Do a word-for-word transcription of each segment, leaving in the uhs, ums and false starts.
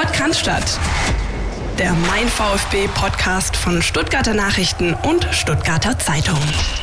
Podcast, der Mein VfB-Podcast von Stuttgarter Nachrichten und Stuttgarter Zeitung.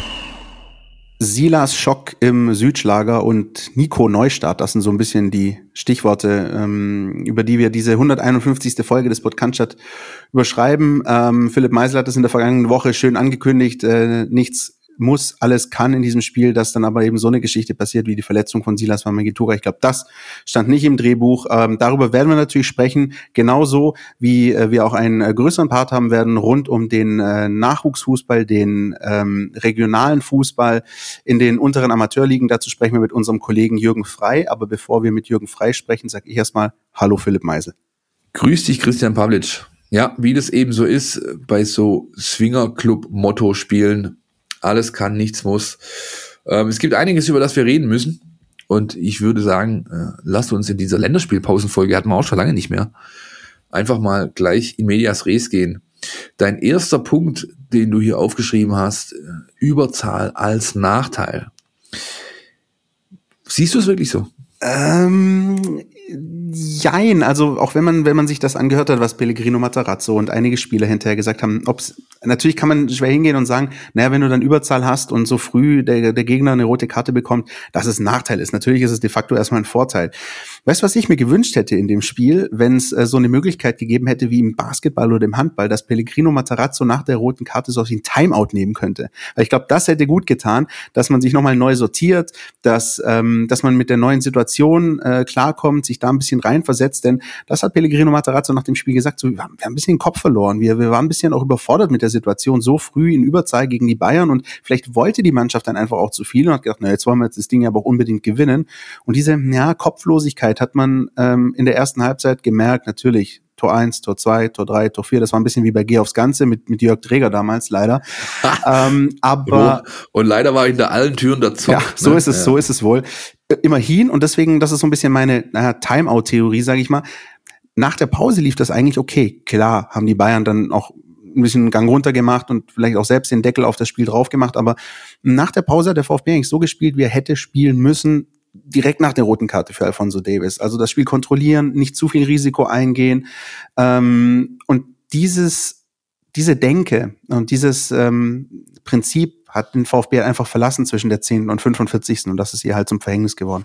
Silas Schock im Südschlager und Nico Neustadt, das sind so ein bisschen die Stichworte, ähm, über die wir diese hunderteinundfünfzigste Folge des Podcast überschreiben. Ähm, Philipp Meisel hat das in der vergangenen Woche schön angekündigt, äh, nichts muss, alles kann in diesem Spiel, dass dann aber eben so eine Geschichte passiert wie die Verletzung von Silas Wamangituka. Ich glaube, das stand nicht im Drehbuch. Ähm, darüber werden wir natürlich sprechen, genauso wie äh, wir auch einen äh, größeren Part haben werden rund um den äh, Nachwuchsfußball, den ähm, regionalen Fußball in den unteren Amateurligen. Dazu sprechen wir mit unserem Kollegen Jürgen Frey. Aber bevor wir mit Jürgen Frey sprechen, sage ich erstmal Hallo Philipp Meisel. Grüß dich, Christian Pavlic. Ja, wie das eben so ist bei so Swinger-Club-Motto-Spielen, alles kann, nichts muss. Ähm, es gibt einiges, über das wir reden müssen. Und ich würde sagen, äh, lass uns in dieser Länderspielpausenfolge, hatten wir auch schon lange nicht mehr, einfach mal gleich in medias res gehen. Dein erster Punkt, den du hier aufgeschrieben hast, äh, Überzahl als Nachteil. Siehst du es wirklich so? Ähm, jein, also auch wenn man wenn man sich das angehört hat, was Pellegrino Matarazzo und einige Spieler hinterher gesagt haben, ob's natürlich kann man schwer hingehen und sagen, naja, wenn du dann Überzahl hast und so früh der der Gegner eine rote Karte bekommt, dass es ein Nachteil ist. Natürlich ist es de facto erstmal ein Vorteil. Weißt du, was ich mir gewünscht hätte in dem Spiel, wenn es äh, so eine Möglichkeit gegeben hätte wie im Basketball oder im Handball, dass Pellegrino Matarazzo nach der roten Karte so ein Timeout nehmen könnte. Weil ich glaube, das hätte gut getan, dass man sich nochmal neu sortiert, dass ähm, dass man mit der neuen Situation äh, klarkommt, sich da ein bisschen reinversetzt, denn das hat Pellegrino Matarazzo nach dem Spiel gesagt, so, wir haben, wir haben ein bisschen den Kopf verloren, wir, wir waren ein bisschen auch überfordert mit der Situation, so früh in Überzahl gegen die Bayern und vielleicht wollte die Mannschaft dann einfach auch zu viel und hat gedacht, na jetzt wollen wir jetzt das Ding aber auch unbedingt gewinnen und diese ja, Kopflosigkeit hat man ähm, in der ersten Halbzeit gemerkt, natürlich, Tor eins, Tor zwei, Tor drei, Tor vier, das war ein bisschen wie bei Geh aufs Ganze mit, mit Jörg Träger damals, leider. ähm, aber Und leider war hinter allen Türen der Zock. Ja, so ne? ist es, ja. so ist es wohl. Immerhin, und deswegen, das ist so ein bisschen meine naja, Timeout-Theorie, sage ich mal, nach der Pause lief das eigentlich okay. Klar, haben die Bayern dann auch ein bisschen einen Gang runter gemacht und vielleicht auch selbst den Deckel auf das Spiel drauf gemacht, aber nach der Pause hat der VfB eigentlich so gespielt, wie er hätte spielen müssen, direkt nach der roten Karte für Alphonso Davies. Also das Spiel kontrollieren, nicht zu viel Risiko eingehen. Ähm, und dieses, diese Denke und dieses ähm, Prinzip hat den VfB einfach verlassen zwischen der zehnten und fünfundvierzigsten und das ist ihr halt zum Verhängnis geworden.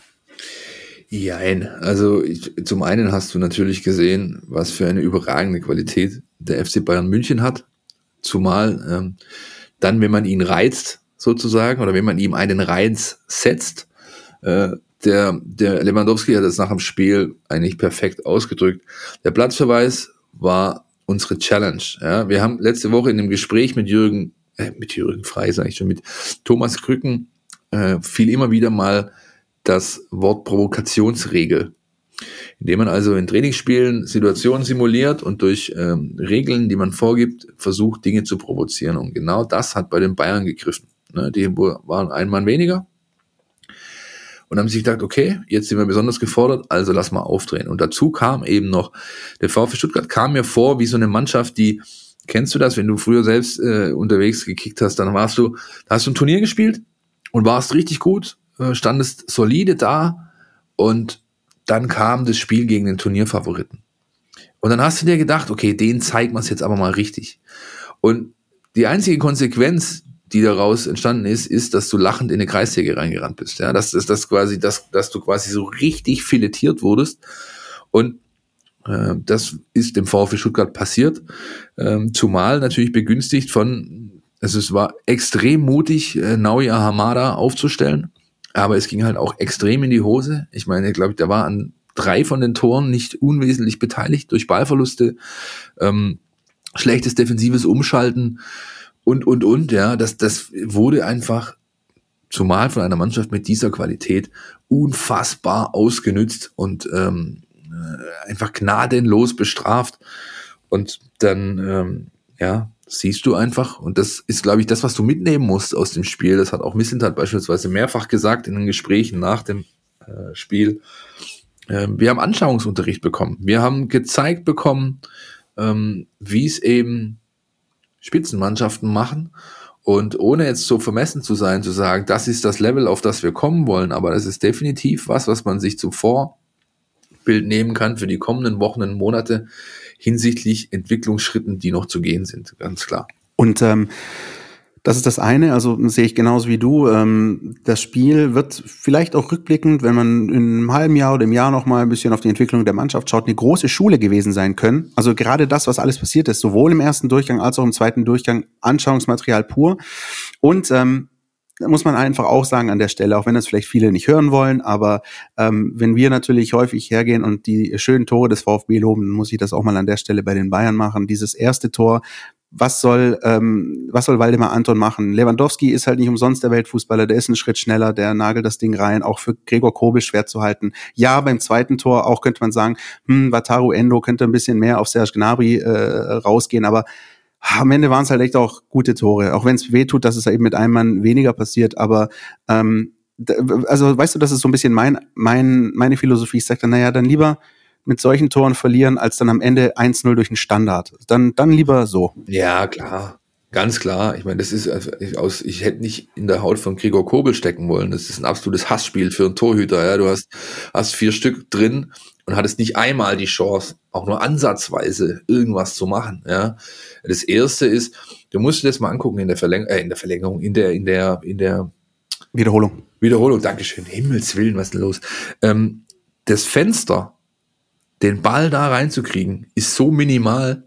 Jein, also ich, zum einen hast du natürlich gesehen, was für eine überragende Qualität der F C Bayern München hat, zumal ähm, dann, wenn man ihn reizt sozusagen oder wenn man ihm einen Reiz setzt, äh, der, der Lewandowski hat das nach dem Spiel eigentlich perfekt ausgedrückt. Der Platzverweis war unsere Challenge. Ja? Wir haben letzte Woche in dem Gespräch mit Jürgen, äh, mit Jürgen Frey, sage ich schon, mit Thomas Krücken, äh, fiel immer wieder mal das Wort Provokationsregel, indem man also in Trainingsspielen Situationen simuliert und durch ähm, Regeln, die man vorgibt, versucht, Dinge zu provozieren. Und genau das hat bei den Bayern gegriffen. Ne, die waren ein Mann weniger und haben sich gedacht, okay, jetzt sind wir besonders gefordert, also lass mal aufdrehen. Und dazu kam eben noch, der VfB Stuttgart kam mir vor wie so eine Mannschaft, die, kennst du das, wenn du früher selbst äh, unterwegs gekickt hast, dann warst du, da hast du ein Turnier gespielt und warst richtig gut, standest solide da und dann kam das Spiel gegen den Turnierfavoriten. Und dann hast du dir gedacht, okay, den zeigt man es jetzt aber mal richtig. Und die einzige Konsequenz, die daraus entstanden ist, ist, dass du lachend in eine Kreissäge reingerannt bist. Ja, dass, dass, dass, quasi, dass, dass du quasi so richtig filetiert wurdest. Und äh, das ist dem VfB Stuttgart passiert, ähm, zumal natürlich begünstigt von, also es war extrem mutig, äh, Naouya Hamada aufzustellen. Aber es ging halt auch extrem in die Hose. Ich meine, glaube ich, der war an drei von den Toren nicht unwesentlich beteiligt durch Ballverluste, ähm, schlechtes defensives Umschalten und, und, und. Ja, das, das wurde einfach, zumal von einer Mannschaft mit dieser Qualität, unfassbar ausgenützt und ähm, einfach gnadenlos bestraft. Und dann, ähm, ja, siehst du einfach, und das ist, glaube ich, das, was du mitnehmen musst aus dem Spiel. Das hat auch Mislintat beispielsweise mehrfach gesagt in den Gesprächen nach dem äh, Spiel. Äh, wir haben Anschauungsunterricht bekommen. Wir haben gezeigt bekommen, ähm, wie es eben Spitzenmannschaften machen. Und ohne jetzt so vermessen zu sein, zu sagen, das ist das Level, auf das wir kommen wollen, aber das ist definitiv was, was man sich zuvor Abbild nehmen kann für die kommenden Wochen und Monate hinsichtlich Entwicklungsschritten, die noch zu gehen sind, ganz klar. Und ähm, das ist das eine, also sehe ich genauso wie du. Ähm, das Spiel wird vielleicht auch rückblickend, wenn man in einem halben Jahr oder im Jahr noch mal ein bisschen auf die Entwicklung der Mannschaft schaut, eine große Schule gewesen sein können. Also gerade das, was alles passiert ist, sowohl im ersten Durchgang als auch im zweiten Durchgang, Anschauungsmaterial pur. Und ähm, da muss man einfach auch sagen an der Stelle, auch wenn das vielleicht viele nicht hören wollen, aber ähm, wenn wir natürlich häufig hergehen und die schönen Tore des VfB loben, dann muss ich das auch mal an der Stelle bei den Bayern machen. Dieses erste Tor, was soll ähm, was soll Waldemar Anton machen? Lewandowski ist halt nicht umsonst der Weltfußballer, der ist einen Schritt schneller, der nagelt das Ding rein, auch für Gregor Kobel schwer zu halten. Ja, beim zweiten Tor auch könnte man sagen, hm, Wataru Endo könnte ein bisschen mehr auf Serge Gnabry äh, rausgehen, aber am Ende waren es halt echt auch gute Tore, auch wenn es weh tut, dass es eben mit einem Mann weniger passiert, aber ähm, also weißt du, das ist so ein bisschen mein mein meine Philosophie. Ich sage dann, naja, dann lieber mit solchen Toren verlieren, als dann am Ende eins null durch den Standard. Dann, dann lieber so. Ja, klar. Ganz klar. Ich meine, das ist ich, aus, ich hätte nicht in der Haut von Gregor Kobel stecken wollen. Das ist ein absolutes Hassspiel für einen Torhüter. Ja, du hast, hast vier Stück drin und hattest nicht einmal die Chance, auch nur ansatzweise irgendwas zu machen. Ja, das erste ist, du musst dir das mal angucken in der Verlängerung, äh, in der Verlängerung, in der, in der, in der Wiederholung. Wiederholung. Dankeschön. Himmels Willen, was ist denn los? Ähm, das Fenster, den Ball da reinzukriegen, ist so minimal,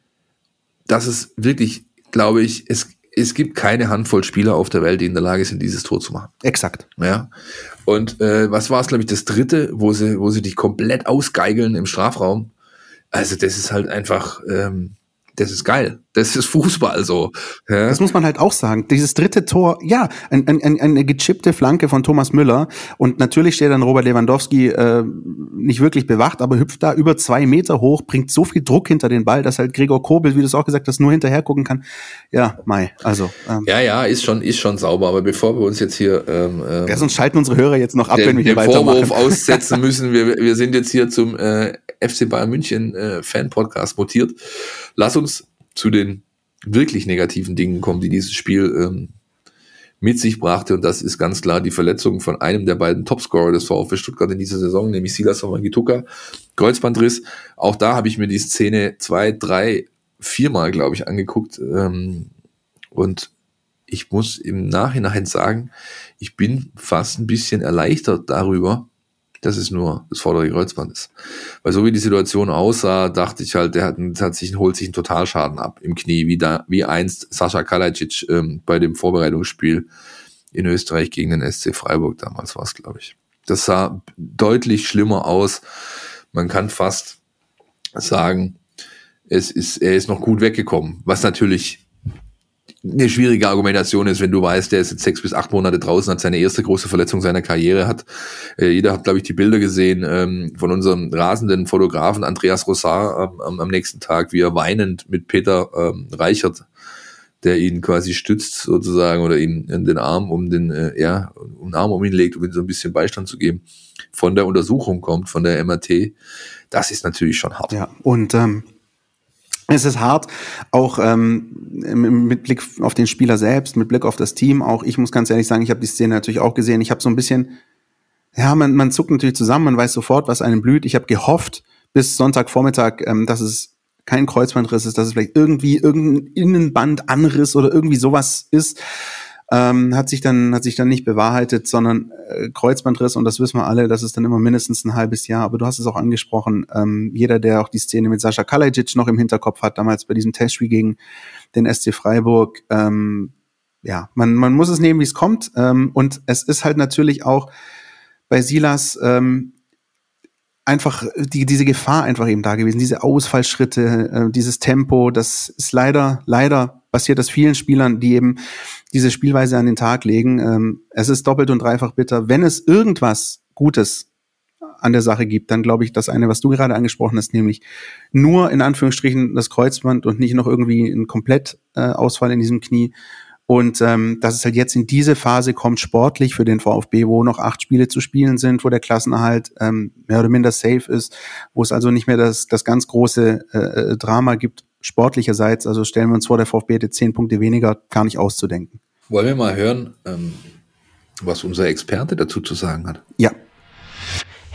dass es wirklich, glaube ich, es, es gibt keine Handvoll Spieler auf der Welt, die in der Lage sind, dieses Tor zu machen. Exakt. Ja. Und äh, was war es, glaube ich, das dritte, wo sie, wo sie dich komplett ausgeigeln im Strafraum? Also das ist halt einfach, ähm, das ist geil. Das ist Fußball so. Ja. Das muss man halt auch sagen. Dieses dritte Tor, ja, ein, ein, eine gechippte Flanke von Thomas Müller. Und natürlich steht dann Robert Lewandowski äh, nicht wirklich bewacht, aber hüpft da über zwei Meter hoch, bringt so viel Druck hinter den Ball, dass halt Gregor Kobel, wie du es auch gesagt hast, nur hinterher gucken kann. Ja, Mai, also. Ähm, ja, ja, ist schon, ist schon sauber. Aber bevor wir uns jetzt hier... Ähm, ähm, ja, sonst schalten unsere Hörer jetzt noch ab, den, wenn wir hier den weitermachen. Vorwurf aussetzen müssen. Wir, wir sind jetzt hier zum äh, F C Bayern München äh, Fan-Podcast mutiert. Lass uns zu den wirklich negativen Dingen kommen, die dieses Spiel ähm, mit sich brachte. Und das ist ganz klar die Verletzung von einem der beiden Topscorer des VfB Stuttgart in dieser Saison, nämlich Silas Wawrinka, Kreuzbandriss. Auch da habe ich mir die Szene zwei, drei, viermal, glaube ich, angeguckt. Ähm, und ich muss im Nachhinein sagen, ich bin fast ein bisschen erleichtert darüber, dass es nur das vordere Kreuzband ist. Weil so wie die Situation aussah, dachte ich halt, der hat, hat sich, holt sich einen Totalschaden ab im Knie, wie da, wie einst Sascha Kalajdzic ähm, bei dem Vorbereitungsspiel in Österreich gegen den S C Freiburg, damals war es, glaube ich. Das sah deutlich schlimmer aus. Man kann fast sagen, es ist, er ist noch gut weggekommen, was natürlich eine schwierige Argumentation ist, wenn du weißt, der ist jetzt sechs bis acht Monate draußen, hat seine erste große Verletzung seiner Karriere, hat, äh, jeder hat, glaube ich, die Bilder gesehen ähm, von unserem rasenden Fotografen Andreas Rossard ähm, am nächsten Tag, wie er weinend mit Peter ähm, Reichert, der ihn quasi stützt sozusagen oder ihn in den Arm um den, äh, ja, um den Arm um ihn legt, um ihm so ein bisschen Beistand zu geben, von der Untersuchung kommt, von der M R T. Das ist natürlich schon hart. Ja, und ähm es ist hart, auch ähm, mit Blick auf den Spieler selbst, mit Blick auf das Team. Auch ich muss ganz ehrlich sagen, ich habe die Szene natürlich auch gesehen. Ich habe so ein bisschen, ja, man, man zuckt natürlich zusammen, man weiß sofort, was einem blüht. Ich habe gehofft bis Sonntagvormittag, ähm, dass es kein Kreuzbandriss ist, dass es vielleicht irgendwie irgendein Innenbandanriss oder irgendwie sowas ist. Ähm, hat sich dann hat sich dann nicht bewahrheitet, sondern äh, Kreuzbandriss, und das wissen wir alle, das ist dann immer mindestens ein halbes Jahr. Aber du hast es auch angesprochen, ähm, jeder, der auch die Szene mit Sascha Kalajdzic noch im Hinterkopf hat, damals bei diesem Testspiel gegen den S C Freiburg, ähm, ja, man man muss es nehmen, wie es kommt, ähm, und es ist halt natürlich auch bei Silas ähm, einfach die, diese Gefahr einfach eben da gewesen, diese Ausfallschritte, äh, dieses Tempo, das ist leider, leider passiert das vielen Spielern, die eben diese Spielweise an den Tag legen. Ähm, es ist doppelt und dreifach bitter. Wenn es irgendwas Gutes an der Sache gibt, dann glaube ich, das eine, was du gerade angesprochen hast, nämlich nur in Anführungsstrichen das Kreuzband und nicht noch irgendwie ein Komplettausfall äh, in diesem Knie. Und ähm, dass es halt jetzt in diese Phase kommt, sportlich für den VfB, wo noch acht Spiele zu spielen sind, wo der Klassenerhalt ähm, mehr oder minder safe ist, wo es also nicht mehr das, das ganz große äh, Drama gibt, sportlicherseits. Also stellen wir uns vor, der VfB hätte zehn Punkte weniger, gar nicht auszudenken. Wollen wir mal hören, ähm, was unser Experte dazu zu sagen hat? Ja.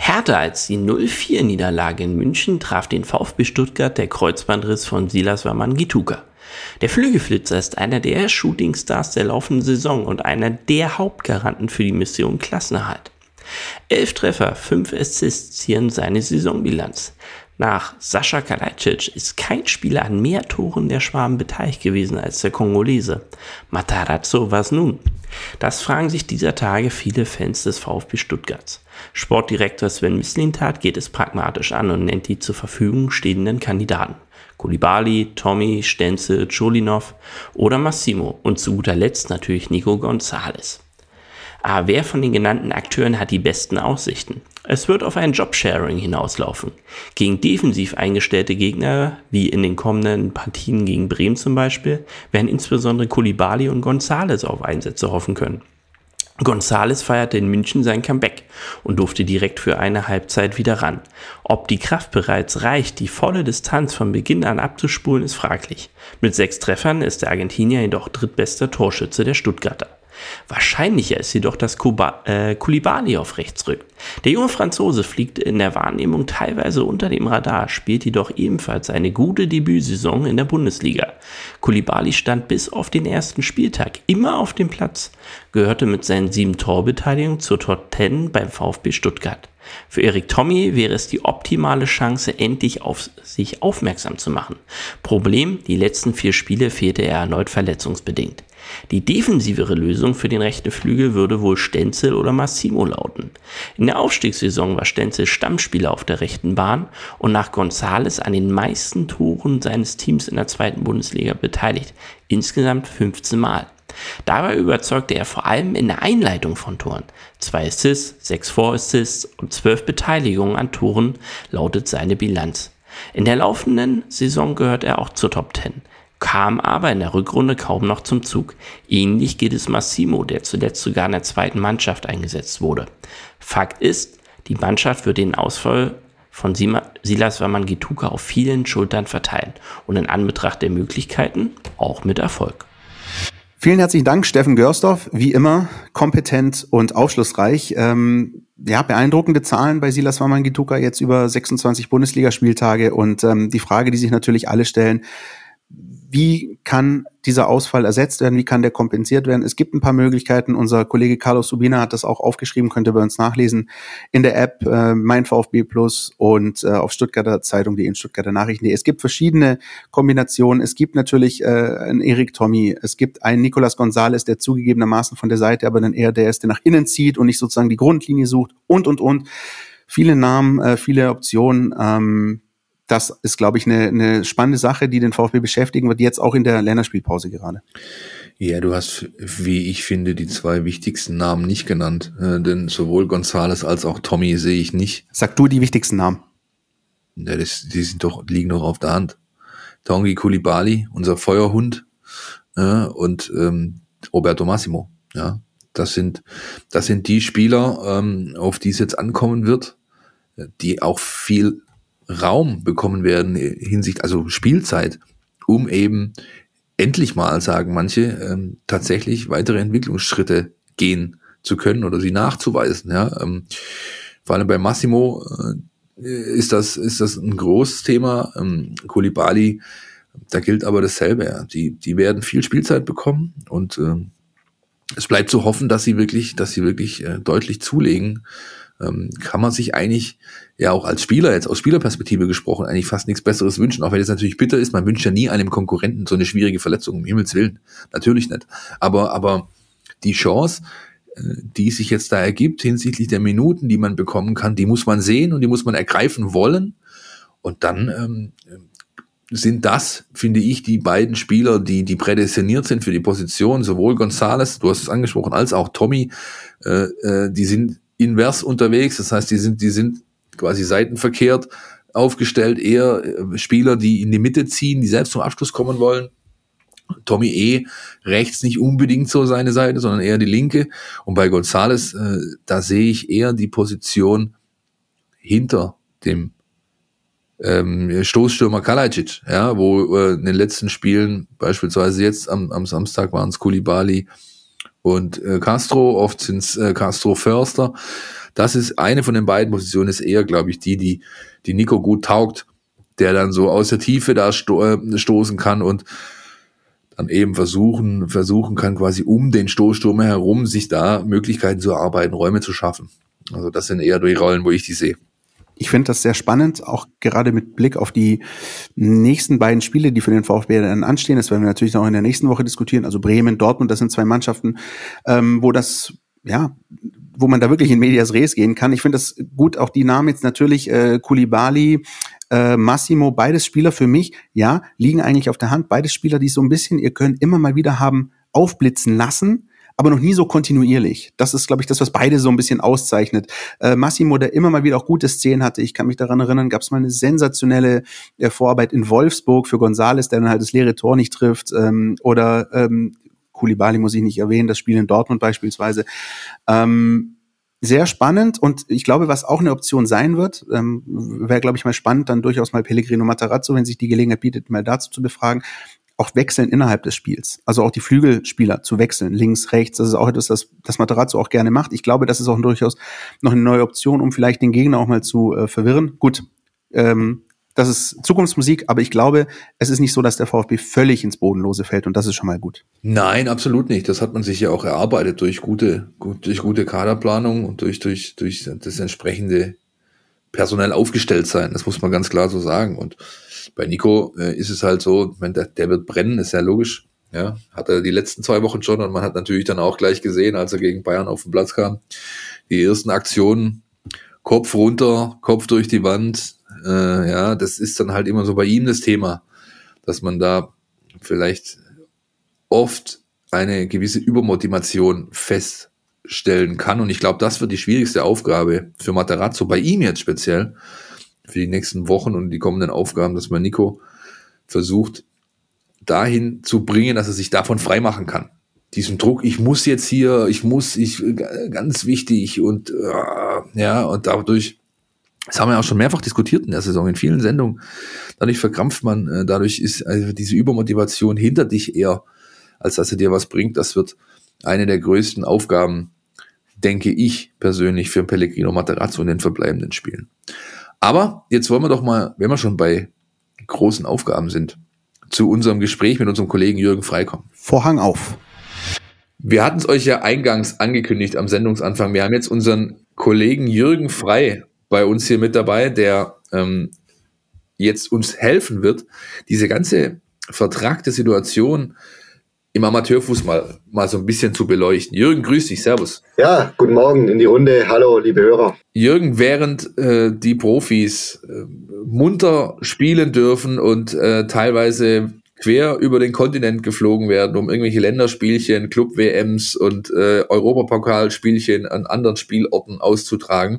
Härter als die null vier Niederlage in München traf den VfB Stuttgart der Kreuzbandriss von Silas Wamangituka. Der Flügelflitzer ist einer der Shootingstars der laufenden Saison und einer der Hauptgaranten für die Mission Klassenerhalt. Elf Treffer, fünf Assists zieren seine Saisonbilanz. Nach Sascha Kalajdzic ist kein Spieler an mehr Toren der Schwaben beteiligt gewesen als der Kongolese. Matarazzo was nun? Das fragen sich dieser Tage viele Fans des VfB Stuttgarts. Sportdirektor Sven Mislintat geht es pragmatisch an und nennt die zur Verfügung stehenden Kandidaten. Koulibaly, Tommy, Stenzel, Cholinov oder Massimo und zu guter Letzt natürlich Nico González. Aber wer von den genannten Akteuren hat die besten Aussichten? Es wird auf ein Jobsharing hinauslaufen. Gegen defensiv eingestellte Gegner, wie in den kommenden Partien gegen Bremen zum Beispiel, werden insbesondere Koulibaly und González auf Einsätze hoffen können. González feierte in München sein Comeback und durfte direkt für eine Halbzeit wieder ran. Ob die Kraft bereits reicht, die volle Distanz von Beginn an abzuspulen, ist fraglich. Mit sechs Treffern ist der Argentinier jedoch drittbester Torschütze der Stuttgarter. Wahrscheinlicher ist jedoch, dass Kuba, äh, Koulibaly auf rechts rückt. Der junge Franzose fliegt in der Wahrnehmung teilweise unter dem Radar, spielt jedoch ebenfalls eine gute Debütsaison in der Bundesliga. Koulibaly stand bis auf den ersten Spieltag immer auf dem Platz, gehörte mit seinen sieben Torbeteiligungen zur Top zehn beim VfB Stuttgart. Für Erik Tommy wäre es die optimale Chance, endlich auf sich aufmerksam zu machen. Problem, die letzten vier Spiele fehlte er erneut verletzungsbedingt. Die defensivere Lösung für den rechten Flügel würde wohl Stenzel oder Massimo lauten. In der Aufstiegssaison war Stenzel Stammspieler auf der rechten Bahn und nach González an den meisten Toren seines Teams in der zweiten Bundesliga beteiligt, insgesamt fünfzehn Mal. Dabei überzeugte er vor allem in der Einleitung von Toren. Zwei Assists, sechs Vorassists und zwölf Beteiligungen an Toren lautet seine Bilanz. In der laufenden Saison gehört er auch zur Top zehn. Kam aber in der Rückrunde kaum noch zum Zug. Ähnlich geht es Massimo, der zuletzt sogar in der zweiten Mannschaft eingesetzt wurde. Fakt ist, die Mannschaft wird den Ausfall von Silas Wamangituka auf vielen Schultern verteilen und in Anbetracht der Möglichkeiten auch mit Erfolg. Vielen herzlichen Dank, Steffen Görsdorf. Wie immer kompetent und aufschlussreich. Ähm, ja, beeindruckende Zahlen bei Silas Wamangituka, jetzt über sechsundzwanzig Bundesligaspieltage. Und ähm, die Frage, die sich natürlich alle stellen: Wie kann dieser Ausfall ersetzt werden? Wie kann der kompensiert werden? Es gibt ein paar Möglichkeiten. Unser Kollege Carlos Subina hat das auch aufgeschrieben, könnt ihr bei uns nachlesen. In der App äh, Mein VfB Plus und äh, auf Stuttgarter Zeitung, die in Stuttgarter Nachrichten. Es gibt verschiedene Kombinationen. Es gibt natürlich äh, einen Erik Tommy. Es gibt einen Nicolas González, der zugegebenermaßen von der Seite, aber dann eher der ist, der nach innen zieht und nicht sozusagen die Grundlinie sucht und, und, und. Viele Namen, äh, viele Optionen. Ähm, Das ist, glaube ich, eine, eine spannende Sache, die den VfB beschäftigen wird, jetzt auch in der Länderspielpause gerade. Ja, du hast, wie ich finde, die zwei wichtigsten Namen nicht genannt. Äh, denn sowohl González als auch Tommy sehe ich nicht. Sag du die wichtigsten Namen. Ja, das, die sind doch, liegen doch auf der Hand. Tanguy Koulibaly, unser Feuerhund, äh, und ähm, Roberto Massimo. Ja, das sind, das sind die Spieler, ähm, auf die es jetzt ankommen wird, die auch viel Raum bekommen werden hinsichtlich, also Spielzeit, um eben endlich mal, sagen manche, ähm, tatsächlich weitere Entwicklungsschritte gehen zu können oder sie nachzuweisen. Ja, ähm, vor allem bei Massimo äh, ist das ist das ein großes Thema. Ähm, Koulibaly, da gilt aber dasselbe. Ja. Die die werden viel Spielzeit bekommen und ähm, es bleibt zu hoffen, dass sie wirklich, dass sie wirklich äh, deutlich zulegen. Ähm, kann man sich eigentlich, ja auch als Spieler, jetzt aus Spielerperspektive gesprochen, eigentlich fast nichts Besseres wünschen, auch wenn es natürlich bitter ist, man wünscht ja nie einem Konkurrenten so eine schwierige Verletzung, um Himmels Willen, natürlich nicht, aber aber die Chance, äh, die sich jetzt da ergibt hinsichtlich der Minuten, die man bekommen kann, die muss man sehen und die muss man ergreifen wollen und dann ähm, sind das, finde ich, die beiden Spieler, die die prädestiniert sind für die Position, sowohl González, du hast es angesprochen, als auch Tommy, äh, äh, die sind invers unterwegs, das heißt, die sind, die sind quasi seitenverkehrt aufgestellt, eher Spieler, die in die Mitte ziehen, die selbst zum Abschluss kommen wollen. Tommy eh rechts nicht unbedingt so seine Seite, sondern eher die linke. Und bei González, äh, da sehe ich eher die Position hinter dem ähm, Stoßstürmer Kalajdzic, ja, wo äh, in den letzten Spielen, beispielsweise jetzt am, am Samstag waren es Koulibaly und äh, Castro, oft sind es äh, Castro Förster. Das ist eine von den beiden Positionen, ist eher, glaube ich, die, die, die Nico gut taugt, der dann so aus der Tiefe da sto- äh, stoßen kann und dann eben versuchen, versuchen kann, quasi um den Stoßstürmer herum, sich da Möglichkeiten zu erarbeiten, Räume zu schaffen. Also das sind eher die Rollen, wo ich die sehe. Ich finde das sehr spannend, auch gerade mit Blick auf die nächsten beiden Spiele, die für den VfB dann anstehen. Das werden wir natürlich noch in der nächsten Woche diskutieren. Also Bremen, Dortmund, das sind zwei Mannschaften, ähm, wo das, ja, wo man da wirklich in Medias Res gehen kann. Ich finde das gut, auch die Namen jetzt natürlich, äh, Koulibaly, äh, Massimo, beides Spieler für mich, ja, liegen eigentlich auf der Hand. Beides Spieler, die so ein bisschen, ihr könnt immer mal wieder haben aufblitzen lassen, aber noch nie so kontinuierlich. Das ist, glaube ich, das, was beide so ein bisschen auszeichnet. Äh, Massimo, der immer mal wieder auch gute Szenen hatte. Ich kann mich daran erinnern, gab es mal eine sensationelle äh, Vorarbeit in Wolfsburg für González, der dann halt das leere Tor nicht trifft. Ähm, oder ähm, Koulibaly muss ich nicht erwähnen, das Spiel in Dortmund beispielsweise. Ähm, sehr spannend und ich glaube, was auch eine Option sein wird, ähm, wäre, glaube ich, mal spannend, dann durchaus mal Pellegrino Matarazzo, wenn sich die Gelegenheit bietet, mal dazu zu befragen, auch wechseln innerhalb des Spiels. Also auch die Flügelspieler zu wechseln, links, rechts. Das ist auch etwas, das, das Matarazzo auch gerne macht. Ich glaube, das ist auch durchaus noch eine neue Option, um vielleicht den Gegner auch mal zu äh, verwirren. Gut, ähm, das ist Zukunftsmusik, aber ich glaube, es ist nicht so, dass der VfB völlig ins Bodenlose fällt und das ist schon mal gut. Nein, absolut nicht. Das hat man sich ja auch erarbeitet durch gute, gut, durch gute Kaderplanung und durch, durch, durch das entsprechende personell aufgestellt sein. Das muss man ganz klar so sagen. Und bei Nico äh, ist es halt so, ich meine, der, der wird brennen, ist ja logisch. Ja, hat er die letzten zwei Wochen schon und man hat natürlich dann auch gleich gesehen, als er gegen Bayern auf den Platz kam, die ersten Aktionen, Kopf runter, Kopf durch die Wand. Äh, ja, das ist dann halt immer so bei ihm das Thema, dass man da vielleicht oft eine gewisse Übermotivation feststellen kann. Und ich glaube, das wird die schwierigste Aufgabe für Matarazzo, bei ihm jetzt speziell, für die nächsten Wochen und die kommenden Aufgaben, dass man Nico versucht, dahin zu bringen, dass er sich davon freimachen kann. Diesen Druck, ich muss jetzt hier, ich muss, ich, ganz wichtig und, äh, ja, und dadurch, das haben wir auch schon mehrfach diskutiert in der Saison, in vielen Sendungen, dadurch verkrampft man, äh, dadurch ist also diese Übermotivation hinter dich eher, als dass er dir was bringt. Das wird eine der größten Aufgaben, denke ich persönlich, für Pellegrino Matarazzo in den verbleibenden Spielen. Aber jetzt wollen wir doch mal, wenn wir schon bei großen Aufgaben sind, zu unserem Gespräch mit unserem Kollegen Jürgen Frey kommen. Vorhang auf. Wir hatten es euch ja eingangs angekündigt am Sendungsanfang. Wir haben jetzt unseren Kollegen Jürgen Frey bei uns hier mit dabei, der ähm, jetzt uns helfen wird, diese ganze vertragte Situation im Amateurfußball mal so ein bisschen zu beleuchten. Jürgen, grüß dich, servus. Ja, guten Morgen in die Runde. Hallo, liebe Hörer. Jürgen, während äh, die Profis äh, munter spielen dürfen und äh, teilweise quer über den Kontinent geflogen werden, um irgendwelche Länderspielchen, Club-W Ms und äh, Europapokalspielchen an anderen Spielorten auszutragen,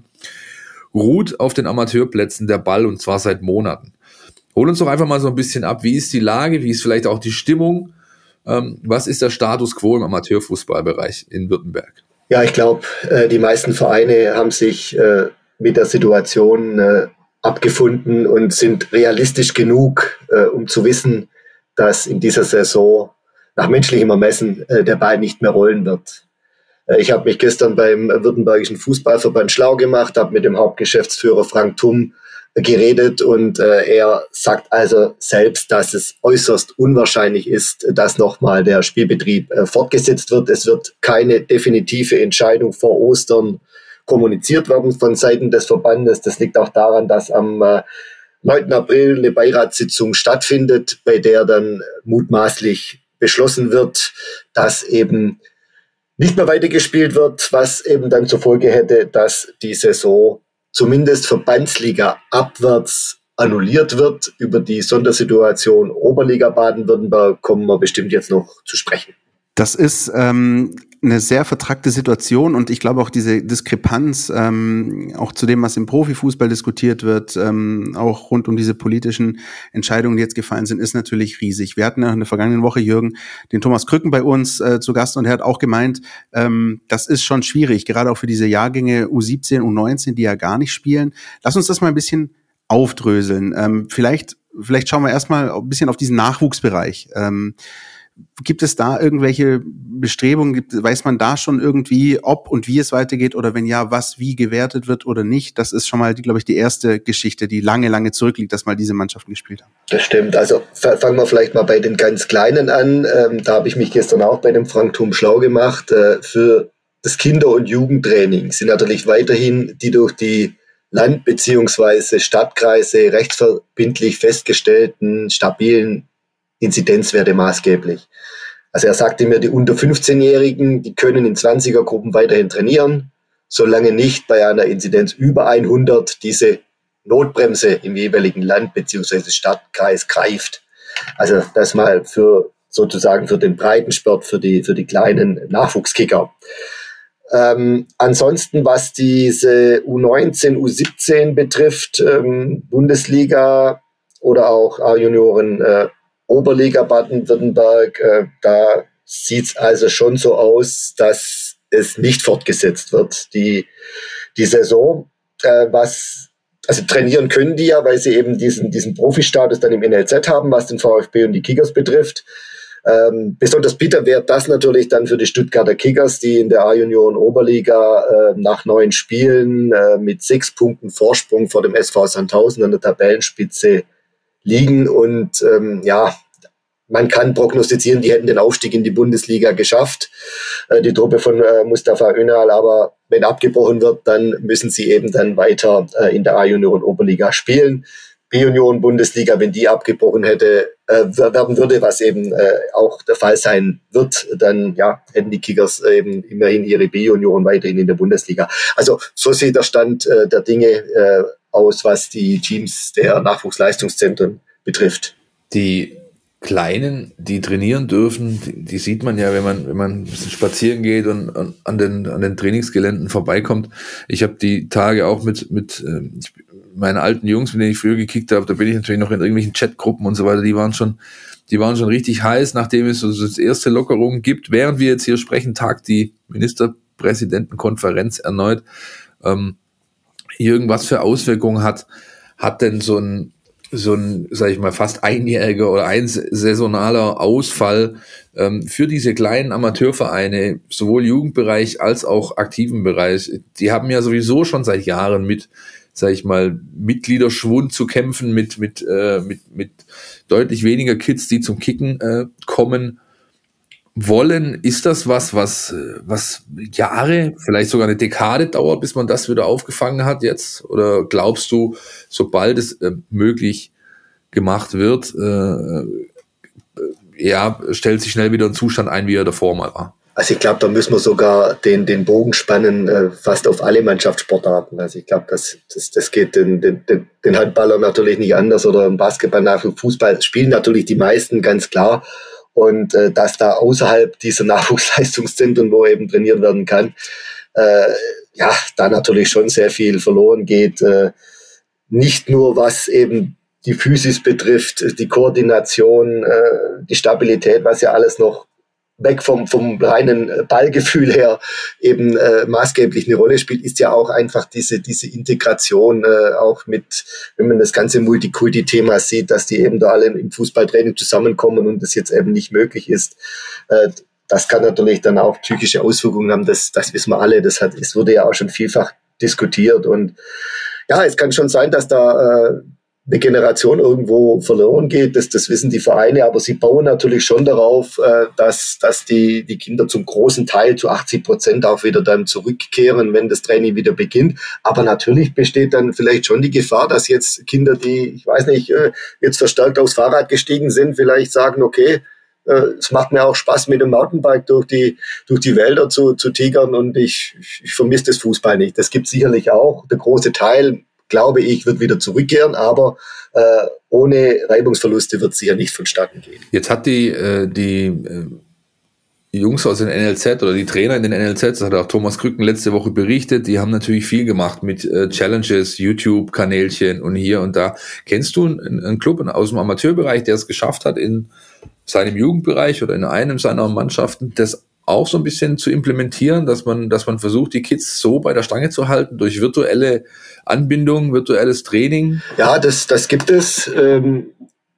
ruht auf den Amateurplätzen der Ball und zwar seit Monaten. Hol uns doch einfach mal so ein bisschen ab. Wie ist die Lage? Wie ist vielleicht auch die Stimmung? Ähm, was ist der Status quo im Amateurfußballbereich in Württemberg? Ja, ich glaube, äh, die meisten Vereine haben sich äh, mit der Situation äh, abgefunden und sind realistisch genug, äh, um zu wissen, dass in dieser Saison nach menschlichem Ermessen äh, der Ball nicht mehr rollen wird. Äh, ich habe mich gestern beim Württembergischen Fußballverband schlau gemacht, habe mit dem Hauptgeschäftsführer Frank Thum geredet und äh, er sagt also selbst, dass es äußerst unwahrscheinlich ist, dass nochmal der Spielbetrieb äh, fortgesetzt wird. Es wird keine definitive Entscheidung vor Ostern kommuniziert werden von Seiten des Verbandes. Das liegt auch daran, dass am äh, neunten April eine Beiratssitzung stattfindet, bei der dann mutmaßlich beschlossen wird, dass eben nicht mehr weitergespielt wird, was eben dann zur Folge hätte, dass die Saison zumindest Verbandsliga abwärts annulliert wird. Über die Sondersituation Oberliga Baden-Württemberg kommen wir bestimmt jetzt noch zu sprechen. Das ist ähm, eine sehr vertrackte Situation und ich glaube auch diese Diskrepanz, ähm, auch zu dem, was im Profifußball diskutiert wird, ähm, auch rund um diese politischen Entscheidungen, die jetzt gefallen sind, ist natürlich riesig. Wir hatten ja in der vergangenen Woche, Jürgen, den Thomas Krücken bei uns äh, zu Gast und er hat auch gemeint, ähm, das ist schon schwierig, gerade auch für diese Jahrgänge U siebzehn, U neunzehn, die ja gar nicht spielen. Lass uns das mal ein bisschen aufdröseln. Ähm, vielleicht, vielleicht schauen wir erstmal ein bisschen auf diesen Nachwuchsbereich. Ähm, Gibt es da irgendwelche Bestrebungen? Gibt, weiß man da schon irgendwie, ob und wie es weitergeht oder wenn ja, was wie gewertet wird oder nicht? Das ist schon mal, glaube ich, die erste Geschichte, die lange, lange zurückliegt, dass mal diese Mannschaften gespielt haben. Das stimmt. Also fangen wir vielleicht mal bei den ganz Kleinen an. Ähm, da habe ich mich gestern auch bei dem Frank Thum schlau gemacht. Äh, für das Kinder- und Jugendtraining sind natürlich weiterhin die durch die Land- bzw. Stadtkreise rechtsverbindlich festgestellten stabilen Inzidenzwerte maßgeblich. Also er sagte mir, die unter fünfzehnjährigen, die können in zwanziger-Gruppen weiterhin trainieren, solange nicht bei einer Inzidenz über hundert diese Notbremse im jeweiligen Land bzw. Stadtkreis greift. Also das mal für sozusagen für den Breitensport, für die, für die kleinen Nachwuchskicker. Ähm, ansonsten, was diese U neunzehn, U siebzehn betrifft, ähm, Bundesliga oder auch A-Junioren, äh, Oberliga Baden-Württemberg, äh, da sieht es also schon so aus, dass es nicht fortgesetzt wird. Die, die Saison, äh, was, also trainieren können die ja, weil sie eben diesen, diesen Profi-Status dann im N L Z haben, was den VfB und die Kickers betrifft. Ähm, besonders bitter wäre das natürlich dann für die Stuttgarter Kickers, die in der A-Junioren Oberliga äh, nach neun Spielen äh, mit sechs Punkten Vorsprung vor dem S V Sandhausen an der Tabellenspitze liegen und ähm, ja, man kann prognostizieren, die hätten den Aufstieg in die Bundesliga geschafft, äh, die Truppe von äh, Mustafa Önal, aber wenn abgebrochen wird, dann müssen sie eben dann weiter äh, in der A-Junioren Oberliga spielen. B-Union Bundesliga, wenn die abgebrochen hätte, äh, werden würde, was eben äh, auch der Fall sein wird, dann ja, hätten die Kickers eben immerhin ihre B-Union weiterhin in der Bundesliga. Also so sieht der Stand äh, der Dinge äh, aus, was die Teams der Nachwuchsleistungszentren betrifft. Die Kleinen, die trainieren dürfen, die, die sieht man ja, wenn man wenn man ein bisschen spazieren geht und, und an den an den Trainingsgeländen vorbeikommt. Ich habe die Tage auch mit mit äh, meinen alten Jungs, mit denen ich früher gekickt habe, da bin ich natürlich noch in irgendwelchen Chatgruppen und so weiter, die waren schon die waren schon richtig heiß, nachdem es so das erste Lockerungen gibt. Während wir jetzt hier sprechen, tagt die Ministerpräsidentenkonferenz erneut. Ähm, irgendwas für Auswirkungen hat hat denn so ein so ein, sag ich mal, fast einjähriger oder ein saisonaler Ausfall ähm, für diese kleinen Amateurvereine, sowohl Jugendbereich als auch aktiven Bereich. Die haben ja sowieso schon seit Jahren mit, sag ich mal, Mitgliederschwund zu kämpfen, mit mit äh, mit mit deutlich weniger Kids, die zum Kicken äh, kommen wollen. Ist das was, was was Jahre, vielleicht sogar eine Dekade dauert, bis man das wieder aufgefangen hat jetzt? Oder glaubst du, sobald es äh, möglich gemacht wird, äh, ja, stellt sich schnell wieder ein Zustand ein, wie er davor mal war? Also ich glaube, da müssen wir sogar den, den Bogen spannen, äh, fast auf alle Mannschaftssportarten. Also ich glaube, das, das, das geht den, den, den Handballern natürlich nicht anders oder im Basketball nach dem Fußball spielen natürlich die meisten, ganz klar. Und äh, dass da außerhalb dieser Nachwuchsleistungszentren, wo eben trainiert werden kann, äh, ja, da natürlich schon sehr viel verloren geht. Äh, nicht nur was eben die Physis betrifft, die Koordination, äh, die Stabilität, was ja alles noch weg vom, vom reinen Ballgefühl her eben äh, maßgeblich eine Rolle spielt, ist ja auch einfach diese, diese Integration, äh, auch mit, wenn man das ganze Multikulti-Thema sieht, dass die eben da alle im Fußballtraining zusammenkommen und das jetzt eben nicht möglich ist. Äh, das kann natürlich dann auch psychische Auswirkungen haben, das, das wissen wir alle, das hat, es wurde ja auch schon vielfach diskutiert und ja, es kann schon sein, dass da äh, eine Generation irgendwo verloren geht, das, das wissen die Vereine, aber sie bauen natürlich schon darauf, äh, dass, dass die, die Kinder zum großen Teil, zu achtzig Prozent auch wieder dann zurückkehren, wenn das Training wieder beginnt. Aber natürlich besteht dann vielleicht schon die Gefahr, dass jetzt Kinder, die, ich weiß nicht, äh, jetzt verstärkt aufs Fahrrad gestiegen sind, vielleicht sagen, okay, äh, es macht mir auch Spaß, mit dem Mountainbike durch die, durch die Wälder zu, zu tigern und ich, ich vermisse das Fußball nicht. Das gibt sicherlich auch. Der große Teil, glaube ich, wird wieder zurückkehren, aber äh, ohne Reibungsverluste wird es sicher nicht vonstatten gehen. Jetzt hat die, äh, die äh, Jungs aus den N L Z oder die Trainer in den N L Z, das hat auch Thomas Krücken letzte Woche berichtet, die haben natürlich viel gemacht mit äh, Challenges, YouTube-Kanälchen und hier und da. Kennst du einen, einen Club aus dem Amateurbereich, der es geschafft hat, in seinem Jugendbereich oder in einem seiner Mannschaften, das auch so ein bisschen zu implementieren, dass man, dass man versucht, die Kids so bei der Stange zu halten durch virtuelle Anbindung, virtuelles Training? Ja, das, das gibt es. Ähm,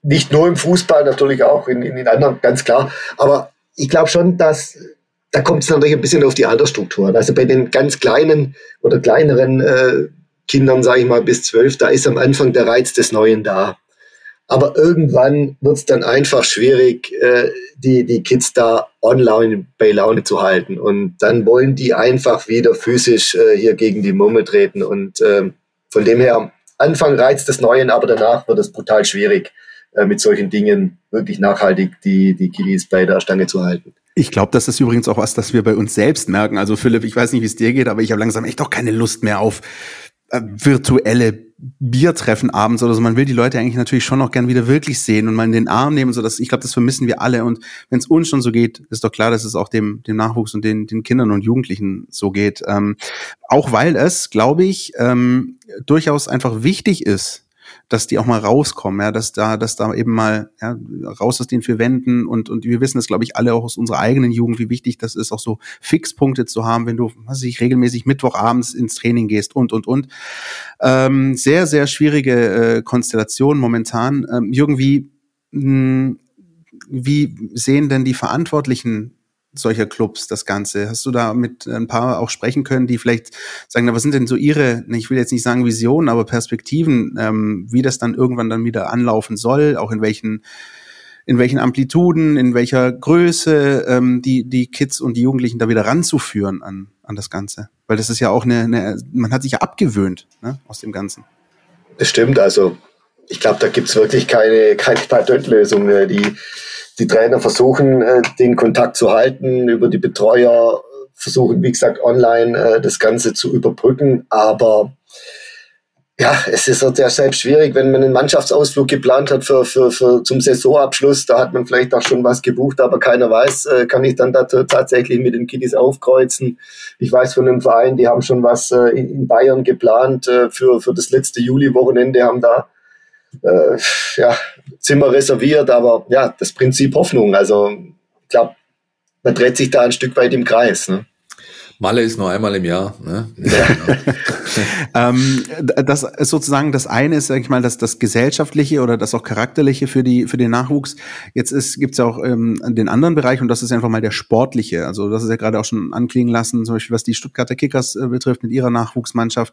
nicht nur im Fußball, natürlich auch in, in den anderen, ganz klar. Aber ich glaube schon, dass da kommt es natürlich ein bisschen auf die Altersstruktur. Also bei den ganz kleinen oder kleineren äh, Kindern, sage ich mal, bis zwölf, da ist am Anfang der Reiz des Neuen da. Aber irgendwann wird es dann einfach schwierig, äh, die, die Kids da online bei Laune zu halten. Und dann wollen die einfach wieder physisch äh, hier gegen die Murmel treten. Und äh, von dem her, am Anfang Reiz des Neuen, aber danach wird es brutal schwierig, äh, mit solchen Dingen wirklich nachhaltig die, die Kiddies bei der Stange zu halten. Ich glaube, das ist übrigens auch was, das wir bei uns selbst merken. Also Philipp, ich weiß nicht, wie es dir geht, aber ich habe langsam echt auch keine Lust mehr auf äh, virtuelle Biertreffen abends oder so. Man will die Leute eigentlich natürlich schon noch gern wieder wirklich sehen und mal in den Arm nehmen. So, dass, ich glaube, das vermissen wir alle. Und wenn es uns schon so geht, ist doch klar, dass es auch dem, dem Nachwuchs und den, den Kindern und Jugendlichen so geht. Ähm, auch weil es, glaube ich, ähm, durchaus einfach wichtig ist, dass die auch mal rauskommen, ja, dass da, dass da eben mal ja, raus aus den vier Wänden und und wir wissen das, glaube ich, alle auch aus unserer eigenen Jugend, wie wichtig das ist, auch so Fixpunkte zu haben, wenn du, was weiß ich, regelmäßig Mittwochabends ins Training gehst und und und. Ähm, sehr sehr schwierige äh, Konstellation momentan. Ähm, Jürgen, wie mh, wie sehen denn die Verantwortlichen solcher Clubs das Ganze? Hast du da mit ein paar auch sprechen können, die vielleicht sagen, na, was sind denn so ihre, ich will jetzt nicht sagen Visionen, aber Perspektiven, ähm, wie das dann irgendwann dann wieder anlaufen soll, auch in welchen in welchen Amplituden, in welcher Größe ähm, die die Kids und die Jugendlichen da wieder ranzuführen an an das Ganze? Weil das ist ja auch eine, eine man hat sich ja abgewöhnt, ne, aus dem Ganzen. Das stimmt, also ich glaube, da gibt's wirklich keine keine Patentlösung. Die Die Trainer versuchen, äh, den Kontakt zu halten, über die Betreuer versuchen, wie gesagt, online äh, das Ganze zu überbrücken. Aber ja, es ist ja selbst schwierig, wenn man einen Mannschaftsausflug geplant hat für, für, für zum Saisonabschluss. Da hat man vielleicht auch schon was gebucht, aber keiner weiß, äh, kann ich dann da tatsächlich mit den Kiddies aufkreuzen. Ich weiß von einem Verein, die haben schon was äh, in, in Bayern geplant äh, für, für das letzte Juli-Wochenende, haben da Äh, ja, Zimmer reserviert, aber ja, das Prinzip Hoffnung. Also ich glaube, man dreht sich da ein Stück weit im Kreis. Ne? Malle ist nur einmal im Jahr. Ne? Ja. ähm, das ist sozusagen das eine ist, sag ich mal, das, das Gesellschaftliche oder das auch Charakterliche für die für den Nachwuchs. Jetzt ist gibt's ja auch ähm, den anderen Bereich und das ist einfach mal der sportliche. Also das ist ja gerade auch schon anklingen lassen, zum Beispiel was die Stuttgarter Kickers äh, betrifft mit ihrer Nachwuchsmannschaft.